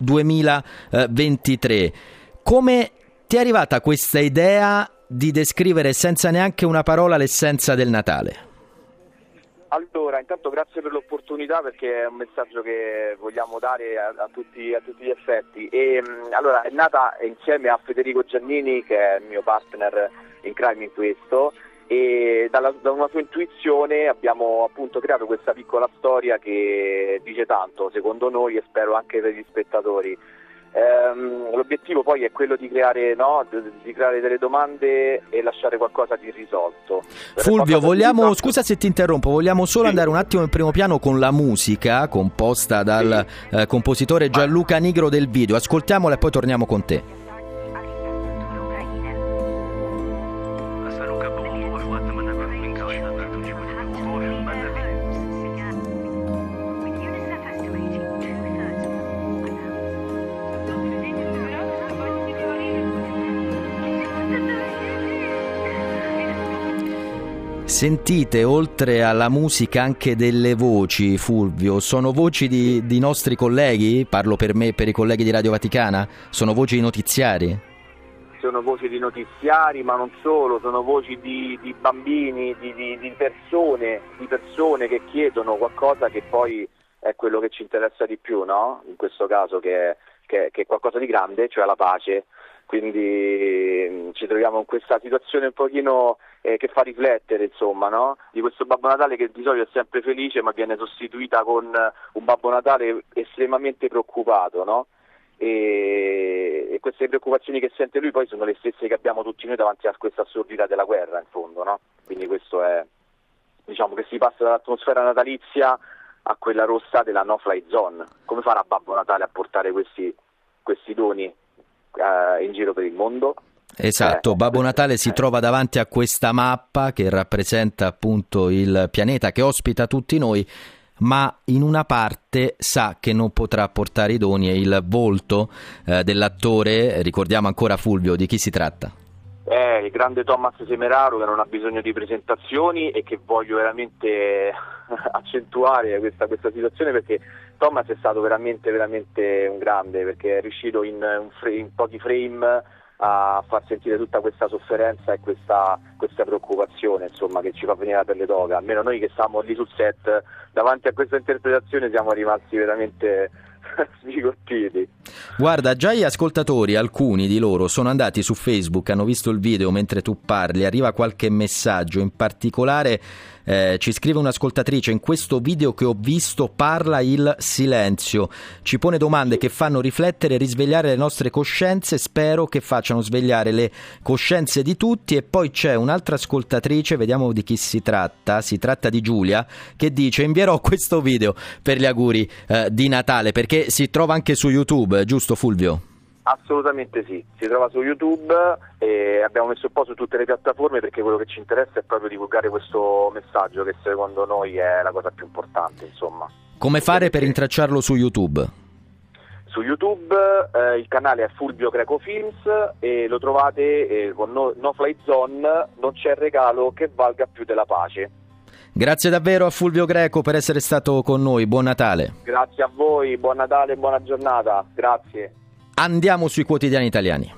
2023. Come ti è arrivata questa idea di descrivere senza neanche una parola l'essenza del Natale? Allora, intanto grazie per l'opportunità, perché è un messaggio che vogliamo dare a tutti gli effetti. E allora è nata insieme a Federico Giannini, che è il mio partner in crime in questo, e da una sua intuizione abbiamo appunto creato questa piccola storia che dice tanto, secondo noi, e spero anche per gli spettatori. L'obiettivo poi è quello di creare, di creare delle domande e lasciare qualcosa di irrisolto. Fulvio, scusa se ti interrompo, vogliamo solo andare un attimo in primo piano con la musica composta dal compositore Gianluca Nigro del video. Ascoltiamola e poi torniamo con te. Sentite oltre alla musica anche delle voci, Fulvio, sono voci di nostri colleghi? Parlo per me e per i colleghi di Radio Vaticana? Sono voci di notiziari? Sono voci di notiziari, ma non solo, sono voci di bambini, di persone che chiedono qualcosa che poi è quello che ci interessa di più, no? In questo caso che è qualcosa di grande, cioè la pace. Quindi ci troviamo in questa situazione un pochino che fa riflettere, insomma, no? Di questo Babbo Natale che di solito è sempre felice, ma viene sostituita con un Babbo Natale estremamente preoccupato, no? E queste preoccupazioni che sente lui poi sono le stesse che abbiamo tutti noi davanti a questa assurdità della guerra, in fondo, no? Quindi questo è, diciamo, che si passa dall'atmosfera natalizia a quella rossa della no-fly zone. Come farà Babbo Natale a portare questi doni in giro per il mondo? Esatto, Babbo Natale si trova davanti a questa mappa che rappresenta appunto il pianeta che ospita tutti noi, ma in una parte sa che non potrà portare i doni, e il volto dell'attore, ricordiamo ancora, Fulvio, di chi si tratta? Il grande Thomas Semeraro, che non ha bisogno di presentazioni e che voglio veramente accentuare questa situazione, perché Thomas è stato veramente un grande, perché è riuscito in pochi frame a far sentire tutta questa sofferenza e questa preoccupazione, insomma, che ci fa venire la pelle d'oca. Almeno noi che stavamo lì sul set davanti a questa interpretazione siamo rimasti veramente sbigottiti. Guarda, già gli ascoltatori, alcuni di loro, sono andati su Facebook, hanno visto il video mentre tu parli, arriva qualche messaggio, in particolare ci scrive un'ascoltatrice: in questo video che ho visto parla il silenzio, ci pone domande che fanno riflettere e risvegliare le nostre coscienze, spero che facciano svegliare le coscienze di tutti. E poi c'è un'altra ascoltatrice, vediamo di chi si tratta di Giulia, che dice: invierò questo video per gli auguri di Natale, perché si trova anche su YouTube, giusto Fulvio? Assolutamente sì, si trova su YouTube e abbiamo messo un po' su tutte le piattaforme, perché quello che ci interessa è proprio divulgare questo messaggio, che secondo noi è la cosa più importante, insomma. Come fare per intracciarlo su YouTube? Su YouTube il canale è Fulvio Greco Films e lo trovate con No Fly Zone, non c'è regalo che valga più della pace. Grazie davvero a Fulvio Greco per essere stato con noi, buon Natale. Grazie a voi, buon Natale e buona giornata, grazie. Andiamo sui quotidiani italiani.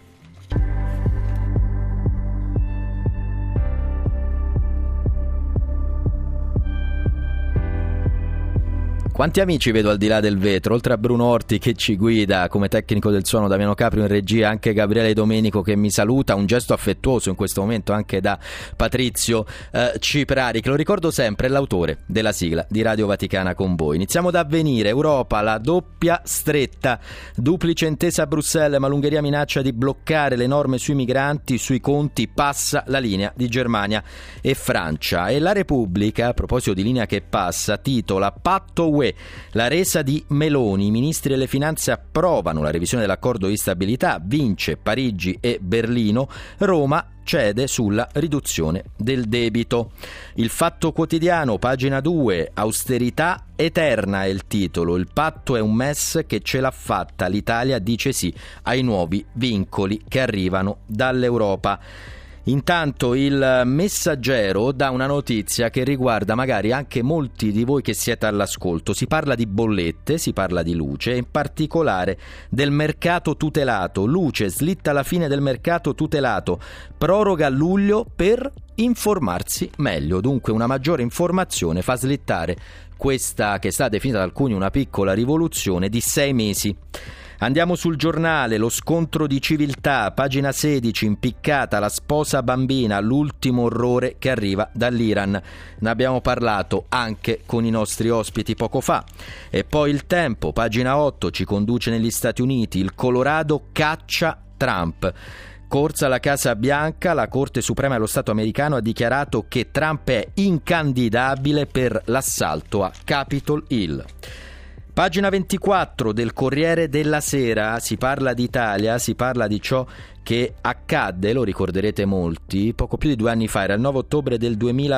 Quanti amici vedo al di là del vetro, oltre a Bruno Orti che ci guida come tecnico del suono, Damiano Caprio in regia, anche Gabriele Domenico che mi saluta, un gesto affettuoso in questo momento anche da Patrizio Ciprari, che lo ricordo sempre è l'autore della sigla di Radio Vaticana con voi. Iniziamo da Avvenire, Europa, la doppia stretta, duplice intesa a Bruxelles, ma l'Ungheria minaccia di bloccare le norme sui migranti, sui conti passa la linea di Germania e Francia. E la Repubblica, a proposito di linea che passa, titola Patto UE, la resa di Meloni, i ministri delle finanze approvano la revisione dell'accordo di stabilità, vince Parigi e Berlino, Roma cede sulla riduzione del debito. Il Fatto Quotidiano, pagina 2, austerità eterna è il titolo, il patto è un mess che ce l'ha fatta, l'Italia dice sì ai nuovi vincoli che arrivano dall'Europa. Intanto il Messaggero dà una notizia che riguarda magari anche molti di voi che siete all'ascolto. Si parla di bollette, si parla di luce, in particolare del mercato tutelato. Luce slitta la fine del mercato tutelato, proroga a luglio per informarsi meglio. Dunque una maggiore informazione fa slittare questa che è stata definita da alcuni una piccola rivoluzione di 6 mesi. Andiamo sul Giornale, lo scontro di civiltà, pagina 16, impiccata la sposa bambina, l'ultimo orrore che arriva dall'Iran. Ne abbiamo parlato anche con i nostri ospiti poco fa. E poi Il Tempo, pagina 8, ci conduce negli Stati Uniti, il Colorado caccia Trump. Corsa alla Casa Bianca, la Corte Suprema dello Stato americano ha dichiarato che Trump è incandidabile per l'assalto a Capitol Hill. Pagina 24 del Corriere della Sera, si parla d'Italia, si parla di ciò che accadde, lo ricorderete molti, poco più di 2 anni fa, era il 9 ottobre del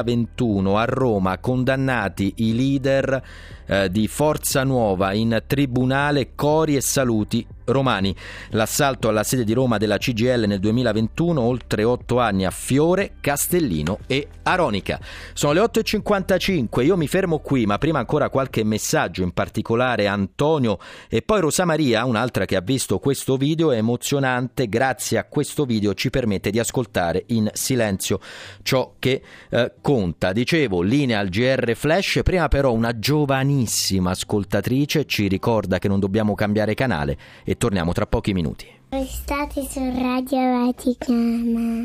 2021 a Roma, condannati i leader di Forza Nuova in tribunale, cori e saluti romani. L'assalto alla sede di Roma della CGIL nel 2021, oltre 8 anni a Fiore, Castellino e Aronica. Sono le 8.55, io mi fermo qui, ma prima ancora qualche messaggio, in particolare Antonio e poi Rosa Maria, un'altra che ha visto questo video, è emozionante, grazie a questo video ci permette di ascoltare in silenzio ciò che conta. Dicevo, linea al GR Flash, prima però una giovanissima ascoltatrice ci ricorda che non dobbiamo cambiare canale e torniamo tra pochi minuti. Restate su Radio Vaticana.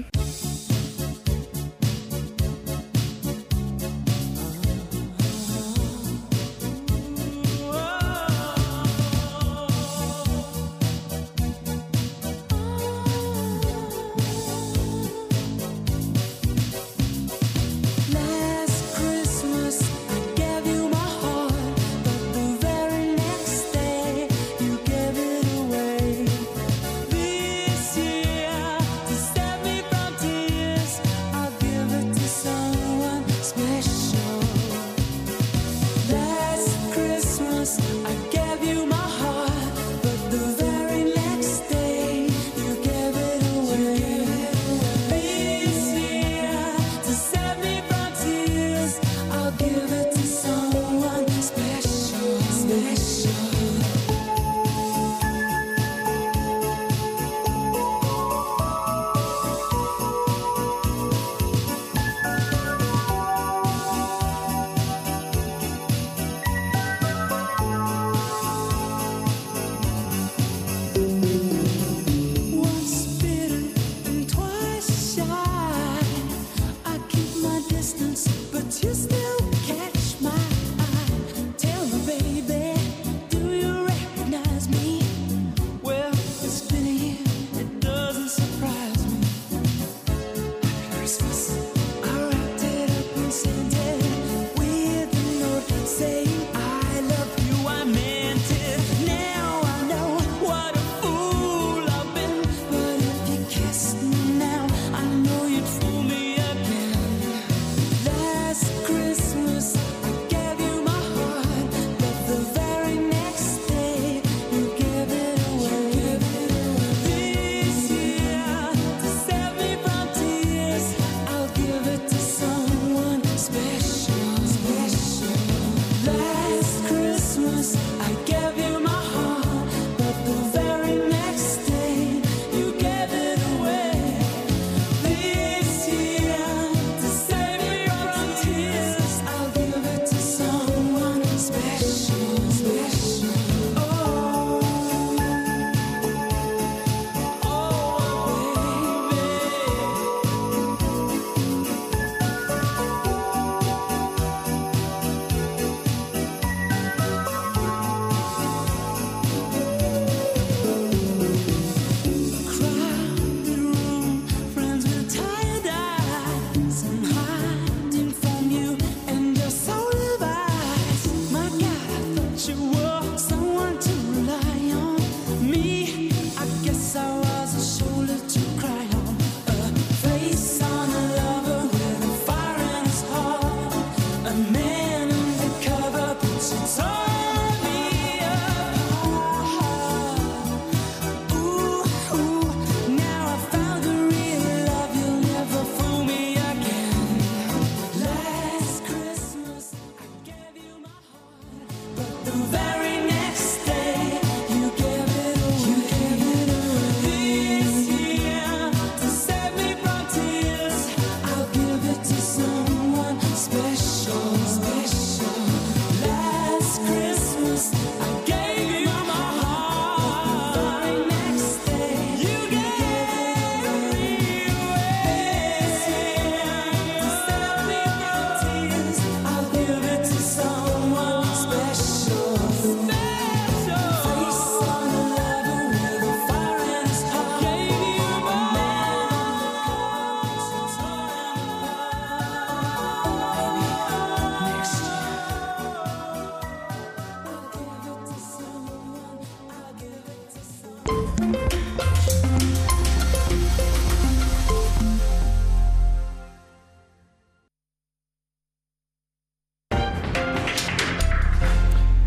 Next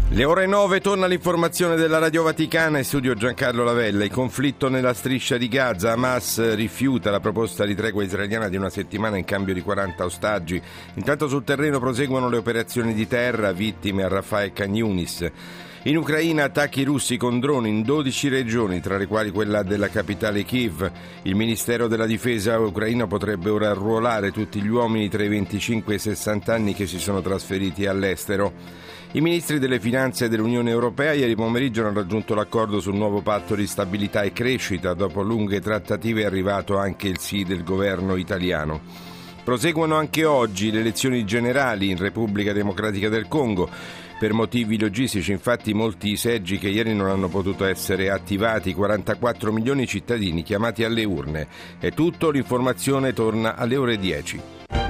Le ore 9 torna l'informazione della Radio Vaticana e studio Giancarlo Lavella. Il conflitto nella striscia di Gaza. Hamas rifiuta la proposta di tregua israeliana di una settimana in cambio di 40 ostaggi. Intanto sul terreno proseguono le operazioni di terra, vittime a Rafah e Khan Yunis. In Ucraina attacchi russi con droni in 12 regioni, tra le quali quella della capitale Kiev. Il Ministero della Difesa ucraino potrebbe ora arruolare tutti gli uomini tra i 25 e i 60 anni che si sono trasferiti all'estero. I ministri delle finanze dell'Unione Europea ieri pomeriggio hanno raggiunto l'accordo sul nuovo patto di stabilità e crescita. Dopo lunghe trattative è arrivato anche il sì del governo italiano. Proseguono anche oggi le elezioni generali in Repubblica Democratica del Congo. Per motivi logistici, infatti, molti seggi che ieri non hanno potuto essere attivati, 44 milioni di cittadini chiamati alle urne. È tutto, l'informazione torna alle ore 10.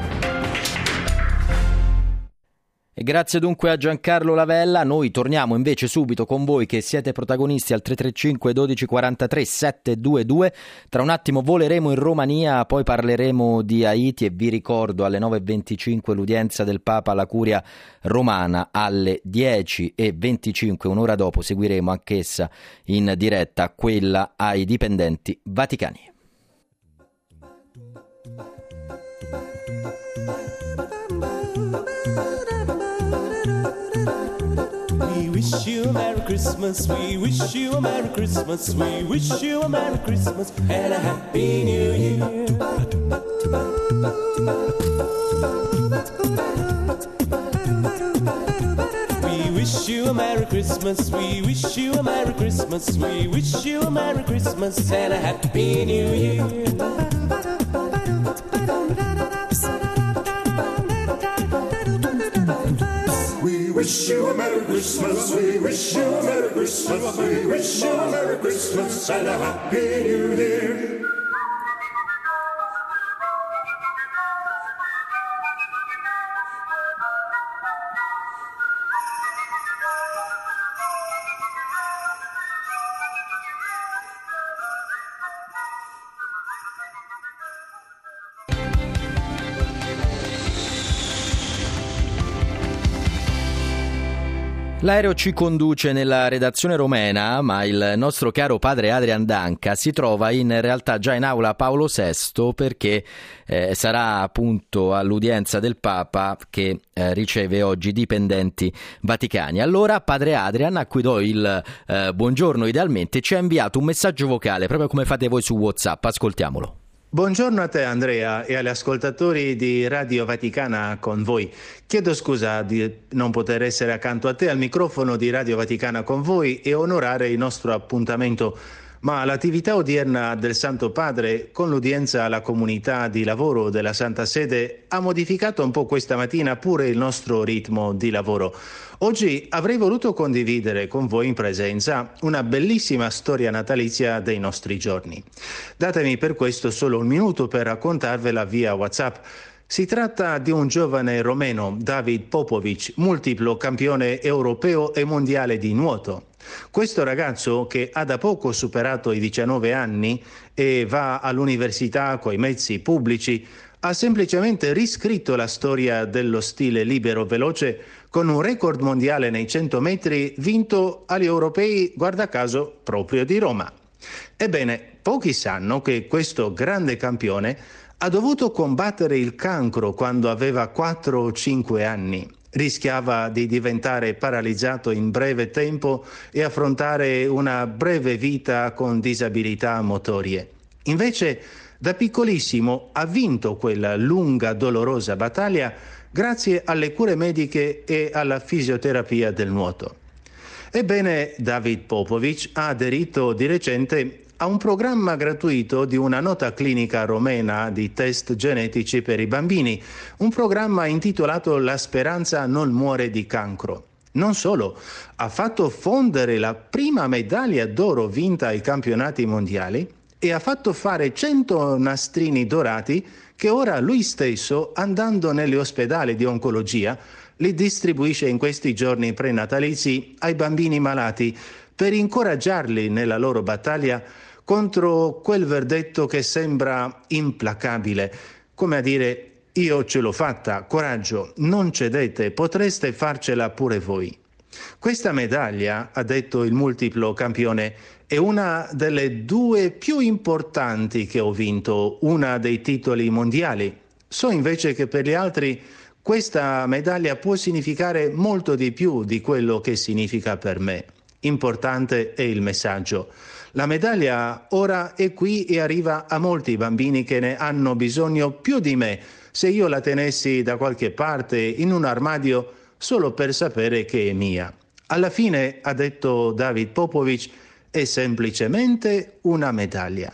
E grazie dunque a Giancarlo Lavella. Noi torniamo invece subito con voi che siete protagonisti al 335 12 43 722. Tra un attimo voleremo in Romania, poi parleremo di Haiti e vi ricordo alle 9.25 l'udienza del Papa alla Curia romana. Alle 10.25, un'ora dopo, seguiremo anch'essa in diretta quella ai dipendenti vaticani. We wish you a Merry Christmas, we wish you a Merry Christmas, we wish you a Merry Christmas and a Happy New Year. We wish you a Merry Christmas, we wish you a Merry Christmas, we wish you a Merry Christmas and a Happy New Year. We wish you a Merry Christmas, we wish you a Merry Christmas, we wish you a Merry Christmas and a Happy New Year. L'aereo ci conduce nella redazione romena, ma il nostro caro padre Adrian Danca si trova in realtà già in aula Paolo VI perché sarà appunto all'udienza del Papa che riceve oggi dipendenti vaticani. Allora padre Adrian, a cui do il buongiorno idealmente, ci ha inviato un messaggio vocale proprio come fate voi su WhatsApp. Ascoltiamolo. Buongiorno a te Andrea e agli ascoltatori di Radio Vaticana con voi. Chiedo scusa di non poter essere accanto a te al microfono di Radio Vaticana con voi e onorare il nostro appuntamento, ma l'attività odierna del Santo Padre con l'udienza alla comunità di lavoro della Santa Sede ha modificato un po' questa mattina pure il nostro ritmo di lavoro. Oggi avrei voluto condividere con voi in presenza una bellissima storia natalizia dei nostri giorni. Datemi per questo solo un minuto per raccontarvela via WhatsApp. Si tratta di un giovane romeno, David Popovic, multiplo campione europeo e mondiale di nuoto. Questo ragazzo, che ha da poco superato i 19 anni e va all'università coi mezzi pubblici, ha semplicemente riscritto la storia dello stile libero veloce con un record mondiale nei 100 metri vinto agli europei, guarda caso, proprio di Roma. Ebbene, pochi sanno che questo grande campione ha dovuto combattere il cancro quando aveva 4 o 5 anni. Rischiava di diventare paralizzato in breve tempo e affrontare una breve vita con disabilità motorie. Invece, da piccolissimo ha vinto quella lunga, dolorosa battaglia grazie alle cure mediche e alla fisioterapia del nuoto. Ebbene, David Popovic ha aderito di recente a un programma gratuito di una nota clinica romena di test genetici per i bambini, un programma intitolato La speranza non muore di cancro. Non solo, ha fatto fondere la prima medaglia d'oro vinta ai campionati mondiali e ha fatto fare 100 nastrini dorati che ora lui stesso, andando negli ospedali di oncologia, li distribuisce in questi giorni prenatalizi ai bambini malati per incoraggiarli nella loro battaglia contro quel verdetto che sembra implacabile, come a dire: io ce l'ho fatta, coraggio, non cedete, potreste farcela pure voi. Questa medaglia, ha detto il multiplo campione, è una delle 2 più importanti che ho vinto, una dei titoli mondiali. So invece che per gli altri questa medaglia può significare molto di più di quello che significa per me. Importante è il messaggio. La medaglia ora è qui e arriva a molti bambini che ne hanno bisogno più di me. Se io la tenessi da qualche parte in un armadio solo per sapere che è mia. Alla fine, ha detto David Popovic, è semplicemente una medaglia.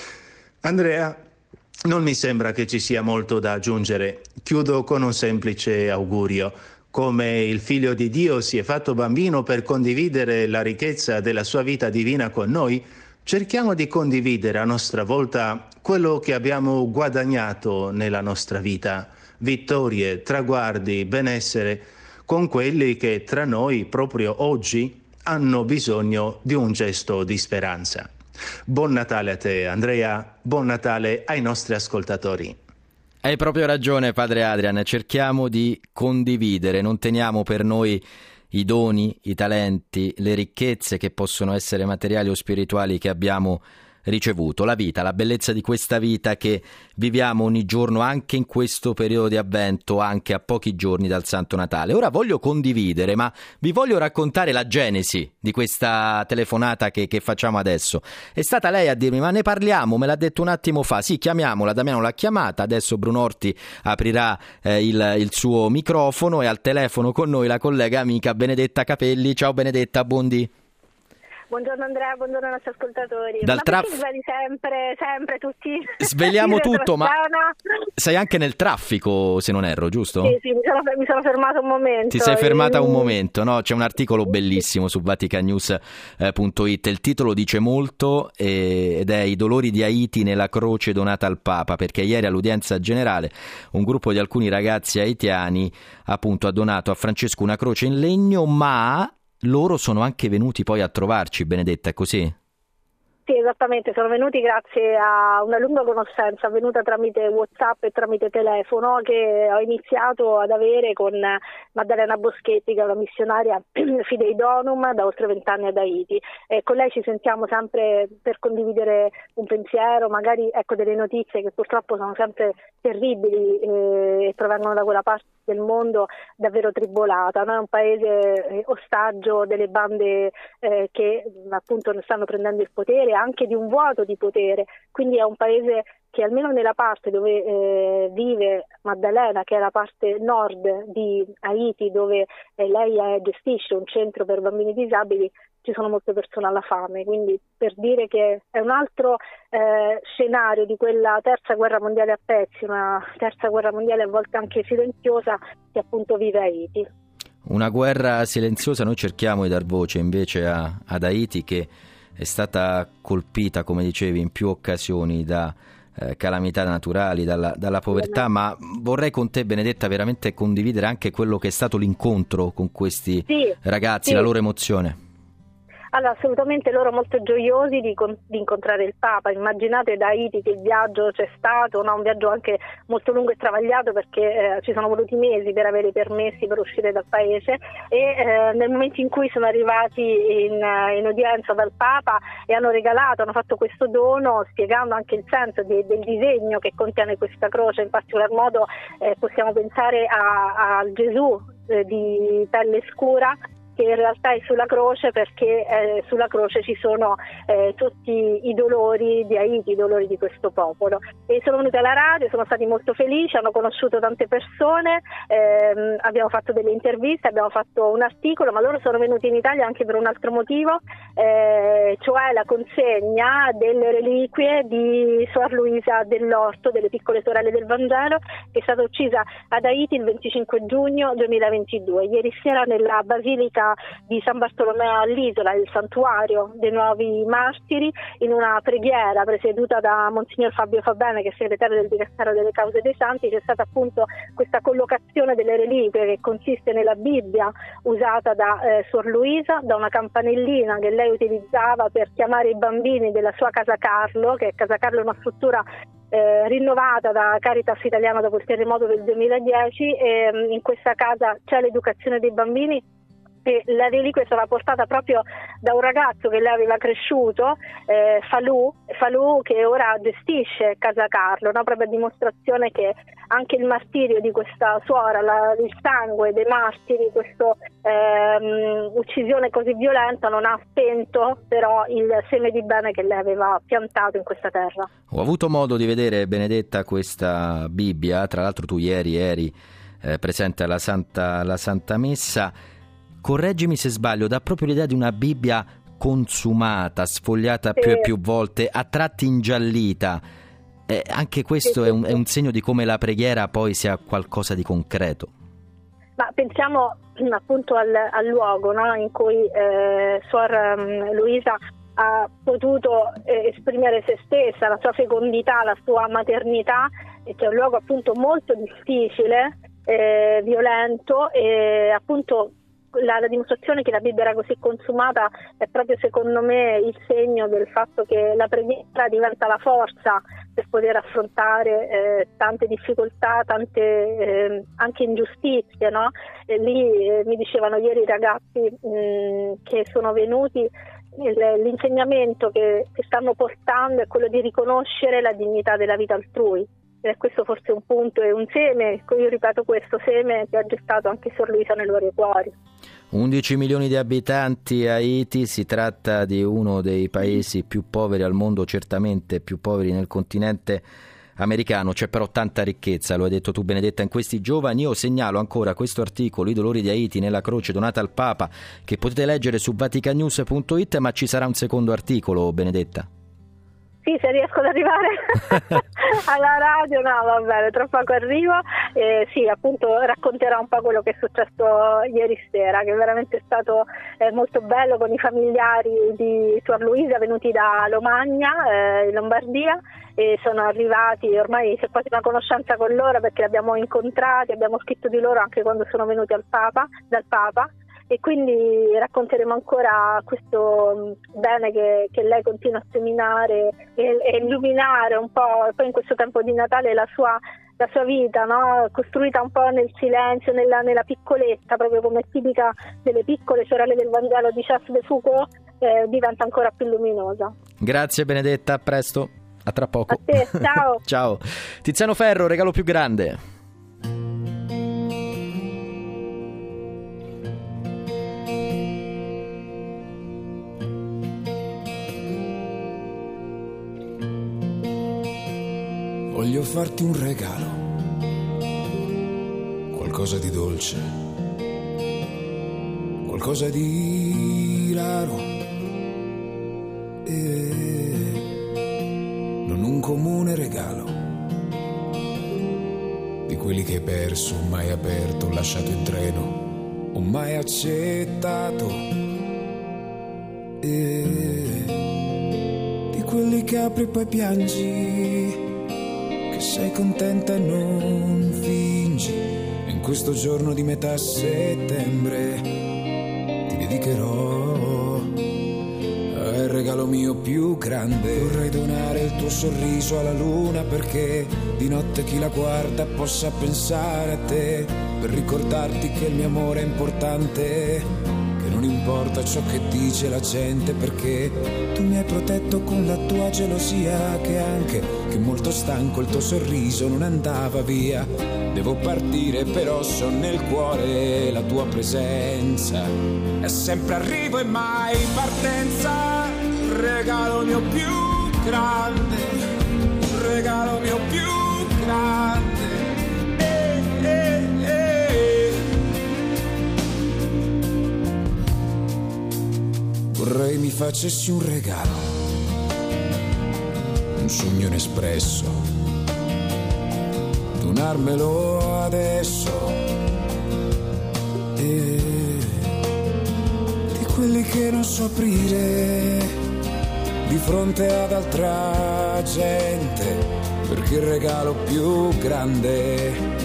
Andrea, non mi sembra che ci sia molto da aggiungere. Chiudo con un semplice augurio. Come il Figlio di Dio si è fatto bambino per condividere la ricchezza della sua vita divina con noi, cerchiamo di condividere a nostra volta quello che abbiamo guadagnato nella nostra vita, vittorie, traguardi, benessere, con quelli che tra noi proprio oggi hanno bisogno di un gesto di speranza. Buon Natale a te, Andrea, buon Natale ai nostri ascoltatori. Hai proprio ragione, padre Adrian, cerchiamo di condividere, non teniamo per noi i doni, i talenti, le ricchezze che possono essere materiali o spirituali che abbiamo ricevuto, la vita, la bellezza di questa vita che viviamo ogni giorno, anche in questo periodo di avvento, anche a pochi giorni dal Santo Natale. Ora voglio condividere, ma vi voglio raccontare la genesi di questa telefonata che facciamo adesso. È stata lei a dirmi: ma ne parliamo? Me l'ha detto un attimo fa. Sì, chiamiamola. Damiano l'ha chiamata, adesso Bruno Orti aprirà il suo microfono, e al telefono con noi la collega amica Benedetta Capelli. Ciao Benedetta, buondì. Buongiorno Andrea, buongiorno ai nostri ascoltatori. Sveli sempre tutti. Sveliamo tutto, ma sei anche nel traffico, se non erro, giusto? Sì, mi sono fermato un momento. Ti sei fermata un momento, no? C'è un articolo bellissimo su vaticannews.it, il titolo dice molto ed è: i dolori di Haiti nella croce donata al Papa, perché ieri all'udienza generale un gruppo di alcuni ragazzi haitiani appunto ha donato a Francesco una croce in legno, ma loro sono anche venuti poi a trovarci, Benedetta, è così? Sì, esattamente, sono venuti grazie a una lunga conoscenza avvenuta tramite WhatsApp e tramite telefono che ho iniziato ad avere con Maddalena Boschetti, che è una missionaria Fidei Donum da oltre 20 anni ad Haiti. Con lei ci sentiamo sempre per condividere un pensiero, magari delle notizie che purtroppo sono sempre terribili e provengono da quella parte del mondo davvero tribolata. Noi è un paese ostaggio delle bande che appunto ne stanno prendendo il potere, anche di un vuoto di potere, quindi è un paese che almeno nella parte dove vive Maddalena, che è la parte nord di Haiti, dove lei gestisce un centro per bambini disabili, ci sono molte persone alla fame, quindi per dire che è un altro scenario di quella terza guerra mondiale a pezzi, una terza guerra mondiale a volte anche silenziosa, che appunto vive Haiti. Una guerra silenziosa. Noi cerchiamo di dar voce invece ad Haiti, che è stata colpita, come dicevi, in più occasioni da calamità naturali, dalla povertà, ma vorrei con te, Benedetta, veramente condividere anche quello che è stato l'incontro con questi ragazzi, la loro emozione. Allora, assolutamente, loro molto gioiosi di incontrare il Papa. Immaginate da Haiti che il viaggio c'è stato, un viaggio anche molto lungo e travagliato, perché ci sono voluti mesi per avere i permessi per uscire dal paese, e nel momento in cui sono arrivati in udienza dal Papa e hanno fatto questo dono, spiegando anche il senso del disegno che contiene questa croce. In particolar modo possiamo pensare al Gesù di pelle scura, che in realtà è sulla croce, perché sulla croce ci sono tutti i dolori di Haiti, i dolori di questo popolo. E sono venuti alla radio, sono stati molto felici, hanno conosciuto tante persone, abbiamo fatto delle interviste, abbiamo fatto un articolo, ma loro sono venuti in Italia anche per un altro motivo, cioè la consegna delle reliquie di Suor Luisa dell'Orto, delle piccole sorelle del Vangelo, che è stata uccisa ad Haiti il 25 giugno 2022. Ieri sera nella Basilica di San Bartolomeo all'Isola, il santuario dei nuovi martiri, in una preghiera presieduta da Monsignor Fabio Fabene, che è segretario del Dicastero delle Cause dei Santi, c'è stata appunto questa collocazione delle reliquie, che consiste nella Bibbia usata da Suor Luisa, da una campanellina che lei utilizzava per chiamare i bambini della sua Casa Carlo, che Casa Carlo è una struttura rinnovata da Caritas Italiana dopo il terremoto del 2010, e in questa casa c'è l'educazione dei bambini e la reliquia è stata portata proprio da un ragazzo che lei aveva cresciuto, Falù, che ora gestisce Casa Carlo, no? Proprio a dimostrazione che anche il martirio di questa suora, il sangue dei martiri, questa uccisione così violenta non ha spento però il seme di bene che lei aveva piantato in questa terra. Ho avuto modo di vedere, Benedetta, questa Bibbia, tra l'altro tu ieri eri presente alla Santa Messa. Correggimi se sbaglio, dà proprio l'idea di una Bibbia consumata, sfogliata più e più volte, a tratti ingiallita. Anche questo è un segno di come la preghiera poi sia qualcosa di concreto. Ma pensiamo appunto al luogo, no? In cui Suor Luisa ha potuto esprimere se stessa, la sua fecondità, la sua maternità, che è un luogo appunto molto difficile, violento, e appunto la dimostrazione che la Bibbia era così consumata è proprio, secondo me, il segno del fatto che la preghiera diventa la forza per poter affrontare tante difficoltà, tante anche ingiustizie, no? E lì mi dicevano ieri i ragazzi che sono venuti, l'insegnamento che stanno portando è quello di riconoscere la dignità della vita altrui. E questo forse è un punto, è un seme, io ripeto, questo seme che ha gettato anche Suor Luisa nei loro cuori. 11 milioni di abitanti Haiti, si tratta di uno dei paesi più poveri al mondo, certamente più poveri nel continente americano. C'è però tanta ricchezza, lo hai detto tu, Benedetta, in questi giovani. Io segnalo ancora questo articolo, I dolori di Haiti nella croce donata al Papa, che potete leggere su vaticanews.it, ma ci sarà un secondo articolo, Benedetta? Sì, se riesco ad arrivare alla radio, no, va bene, tra poco arrivo. Sì, appunto racconterò un po' quello che è successo ieri sera, che veramente è stato molto bello, con i familiari di Suor Luisa venuti da Lomagna, in Lombardia, e sono arrivati, ormai c'è quasi una conoscenza con loro perché li abbiamo incontrati, abbiamo scritto di loro anche quando sono venuti dal Papa. E quindi racconteremo ancora questo bene che lei continua a seminare e illuminare un po', poi in questo tempo di Natale la sua vita, no? Costruita un po' nel silenzio, nella piccolezza, proprio come tipica delle piccole sorelle del Vangelo di Charles de Foucault, diventa ancora più luminosa. Grazie Benedetta, a presto, a tra poco. A te, ciao. Ciao. Tiziano Ferro, regalo più grande. Voglio farti un regalo, qualcosa di dolce, qualcosa di raro, e non un comune regalo, di quelli che hai perso, mai aperto, lasciato in treno, o mai accettato, e di quelli che apri e poi piangi, sei contenta e non fingi, e in questo giorno di metà settembre ti dedicherò al regalo mio più grande. Vorrei donare il tuo sorriso alla luna, perché di notte chi la guarda possa pensare a te, per ricordarti che il mio amore è importante, non importa ciò che dice la gente, perché tu mi hai protetto con la tua gelosia, che anche che molto stanco il tuo sorriso non andava via. Devo partire però so nel cuore la tua presenza, è sempre arrivo e mai partenza. Regalo mio più grande, regalo mio più grande. Vorrei mi facessi un regalo, un sogno inespresso, donarmelo adesso, e di quelli che non so aprire di fronte ad altra gente, perché il regalo più grande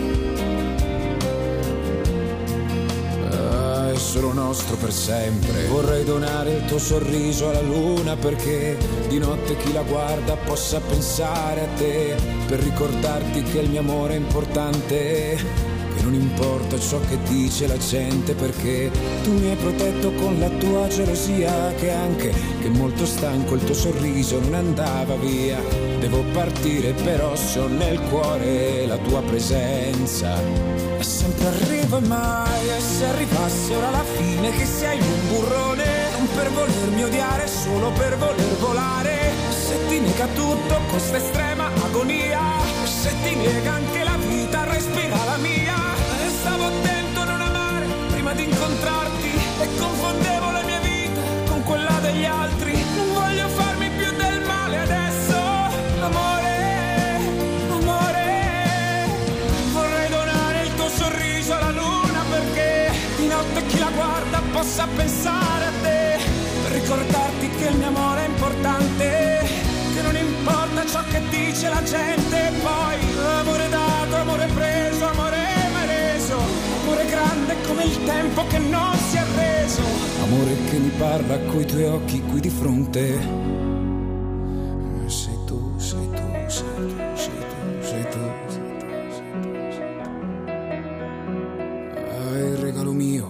è solo nostro per sempre. Vorrei donare il tuo sorriso alla luna, perché di notte chi la guarda possa pensare a te, per ricordarti che il mio amore è importante, che non importa ciò che dice la gente, perché tu mi hai protetto con la tua gelosia, che anche che molto stanco il tuo sorriso non andava via. Devo partire però se ho nel cuore la tua presenza, e sempre arrivo e mai, e se arrivasse ora la fine, che sei un burrone, non per volermi odiare, solo per voler volare. Se ti nega tutto questa estrema agonia, se ti nega anche la vita, respira la mia. E stavo attento a non amare prima di incontrarti, e confondevo la mia vita con quella degli altri. Non voglio farmi più del male adesso, amore, amore. Vorrei donare il tuo sorriso alla luna, perché di notte chi la guarda possa pensare a te, per ricordarti che il mio amore è importante, che non importa ciò che dice la gente. Poi amore dato, amore preso, amore mai reso, amore grande come il tempo che non si è reso, amore che mi parla coi tuoi occhi qui di fronte. Sei tu, sei tu, sei tu, sei tu, sei tu, sei tu, sei tu. Hai il regalo mio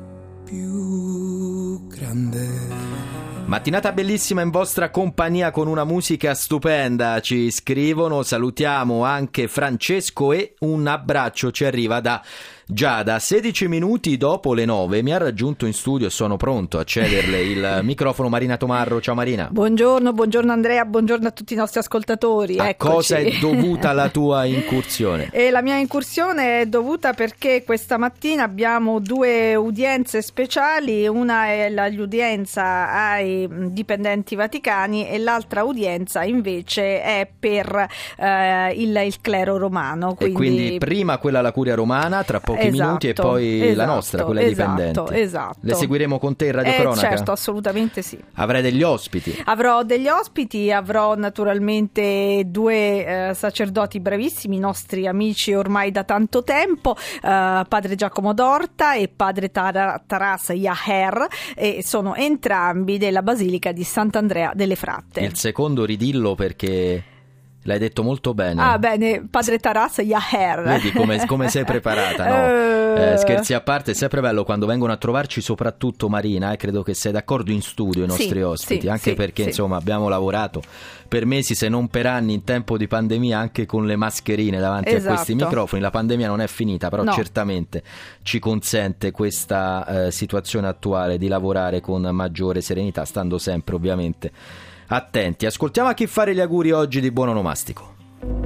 più grande. Mattinata bellissima in vostra compagnia con una musica stupenda, ci scrivono, salutiamo anche Francesco e un abbraccio ci arriva da Giada. 16 minuti dopo le 9 mi ha raggiunto in studio e sono pronto a cederle il microfono Marina Tomarro. Ciao Marina. Buongiorno Andrea, buongiorno a tutti i nostri ascoltatori. A Eccoci. cosa è dovuta la tua incursione? La mia incursione è dovuta perché questa mattina abbiamo due udienze speciali, una è l'udienza ai dipendenti vaticani e l'altra udienza invece è per il clero romano. E quindi prima quella alla Curia Romana, tra pochi minuti, e poi la nostra, quella dipendente. Esatto. Le seguiremo con te in Radio Cronaca? Certo, assolutamente sì. Avrai degli ospiti? Avrò degli ospiti, avrò naturalmente due sacerdoti bravissimi, nostri amici ormai da tanto tempo, padre Giacomo Dorta e padre Taras Yaher, e sono entrambi della Basilica di Sant'Andrea delle Fratte. Il secondo ridillo perché l'hai detto molto bene. Ah bene, padre Taras Yaher. Vedi come sei preparata, no? Scherzi a parte, è sempre bello quando vengono a trovarci, soprattutto Marina, e credo che sei d'accordo, in studio i nostri ospiti, anche perché insomma abbiamo lavorato per mesi, se non per anni, in tempo di pandemia, anche con le mascherine davanti a questi microfoni. La pandemia non è finita, però certamente ci consente questa situazione attuale di lavorare con maggiore serenità, stando sempre ovviamente attenti. Ascoltiamo a chi fare gli auguri oggi di buon onomastico.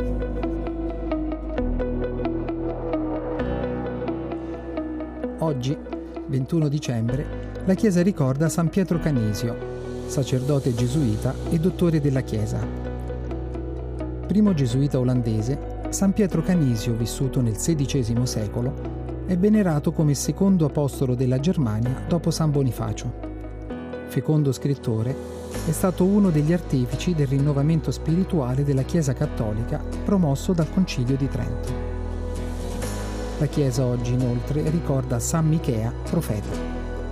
Oggi, 21 dicembre, la Chiesa ricorda San Pietro Canisio, sacerdote gesuita e dottore della Chiesa. Primo gesuita olandese, San Pietro Canisio, vissuto nel XVI secolo, è venerato come secondo apostolo della Germania dopo San Bonifacio. Fecondo scrittore, è stato uno degli artefici del rinnovamento spirituale della Chiesa cattolica promosso dal Concilio di Trento. La Chiesa oggi inoltre ricorda San Michea, profeta.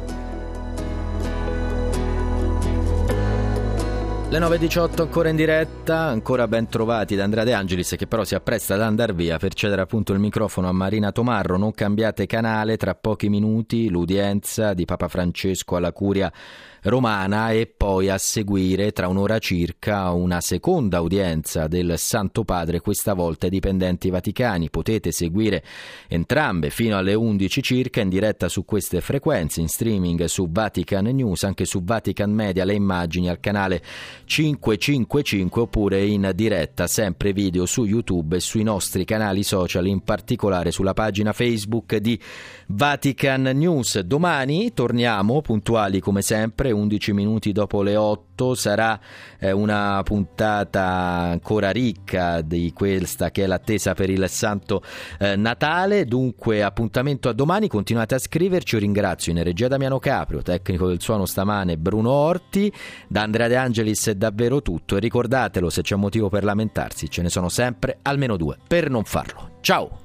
Le 9.18 ancora in diretta, ancora ben trovati da Andrea De Angelis, che però si appresta ad andare via per cedere appunto il microfono a Marina Tomarro. Non cambiate canale, tra pochi minuti l'udienza di Papa Francesco alla Curia Romana e poi a seguire tra un'ora circa una seconda udienza del Santo Padre, questa volta ai dipendenti vaticani. Potete seguire entrambe fino alle 11 circa in diretta su queste frequenze, in streaming su Vatican News, anche su Vatican Media, le immagini al canale 555, oppure in diretta sempre video su YouTube e sui nostri canali social, in particolare sulla pagina Facebook di Vatican News. Domani torniamo puntuali come sempre, 11 minuti dopo le 8. Sarà una puntata ancora ricca di questa che è l'attesa per il Santo Natale. Dunque appuntamento a domani, continuate a scriverci. Io ringrazio in regia Damiano Caprio, tecnico del suono stamane Bruno Orti. Da Andrea De Angelis è davvero tutto, e ricordatelo, se c'è motivo per lamentarsi ce ne sono sempre almeno due per non farlo. Ciao!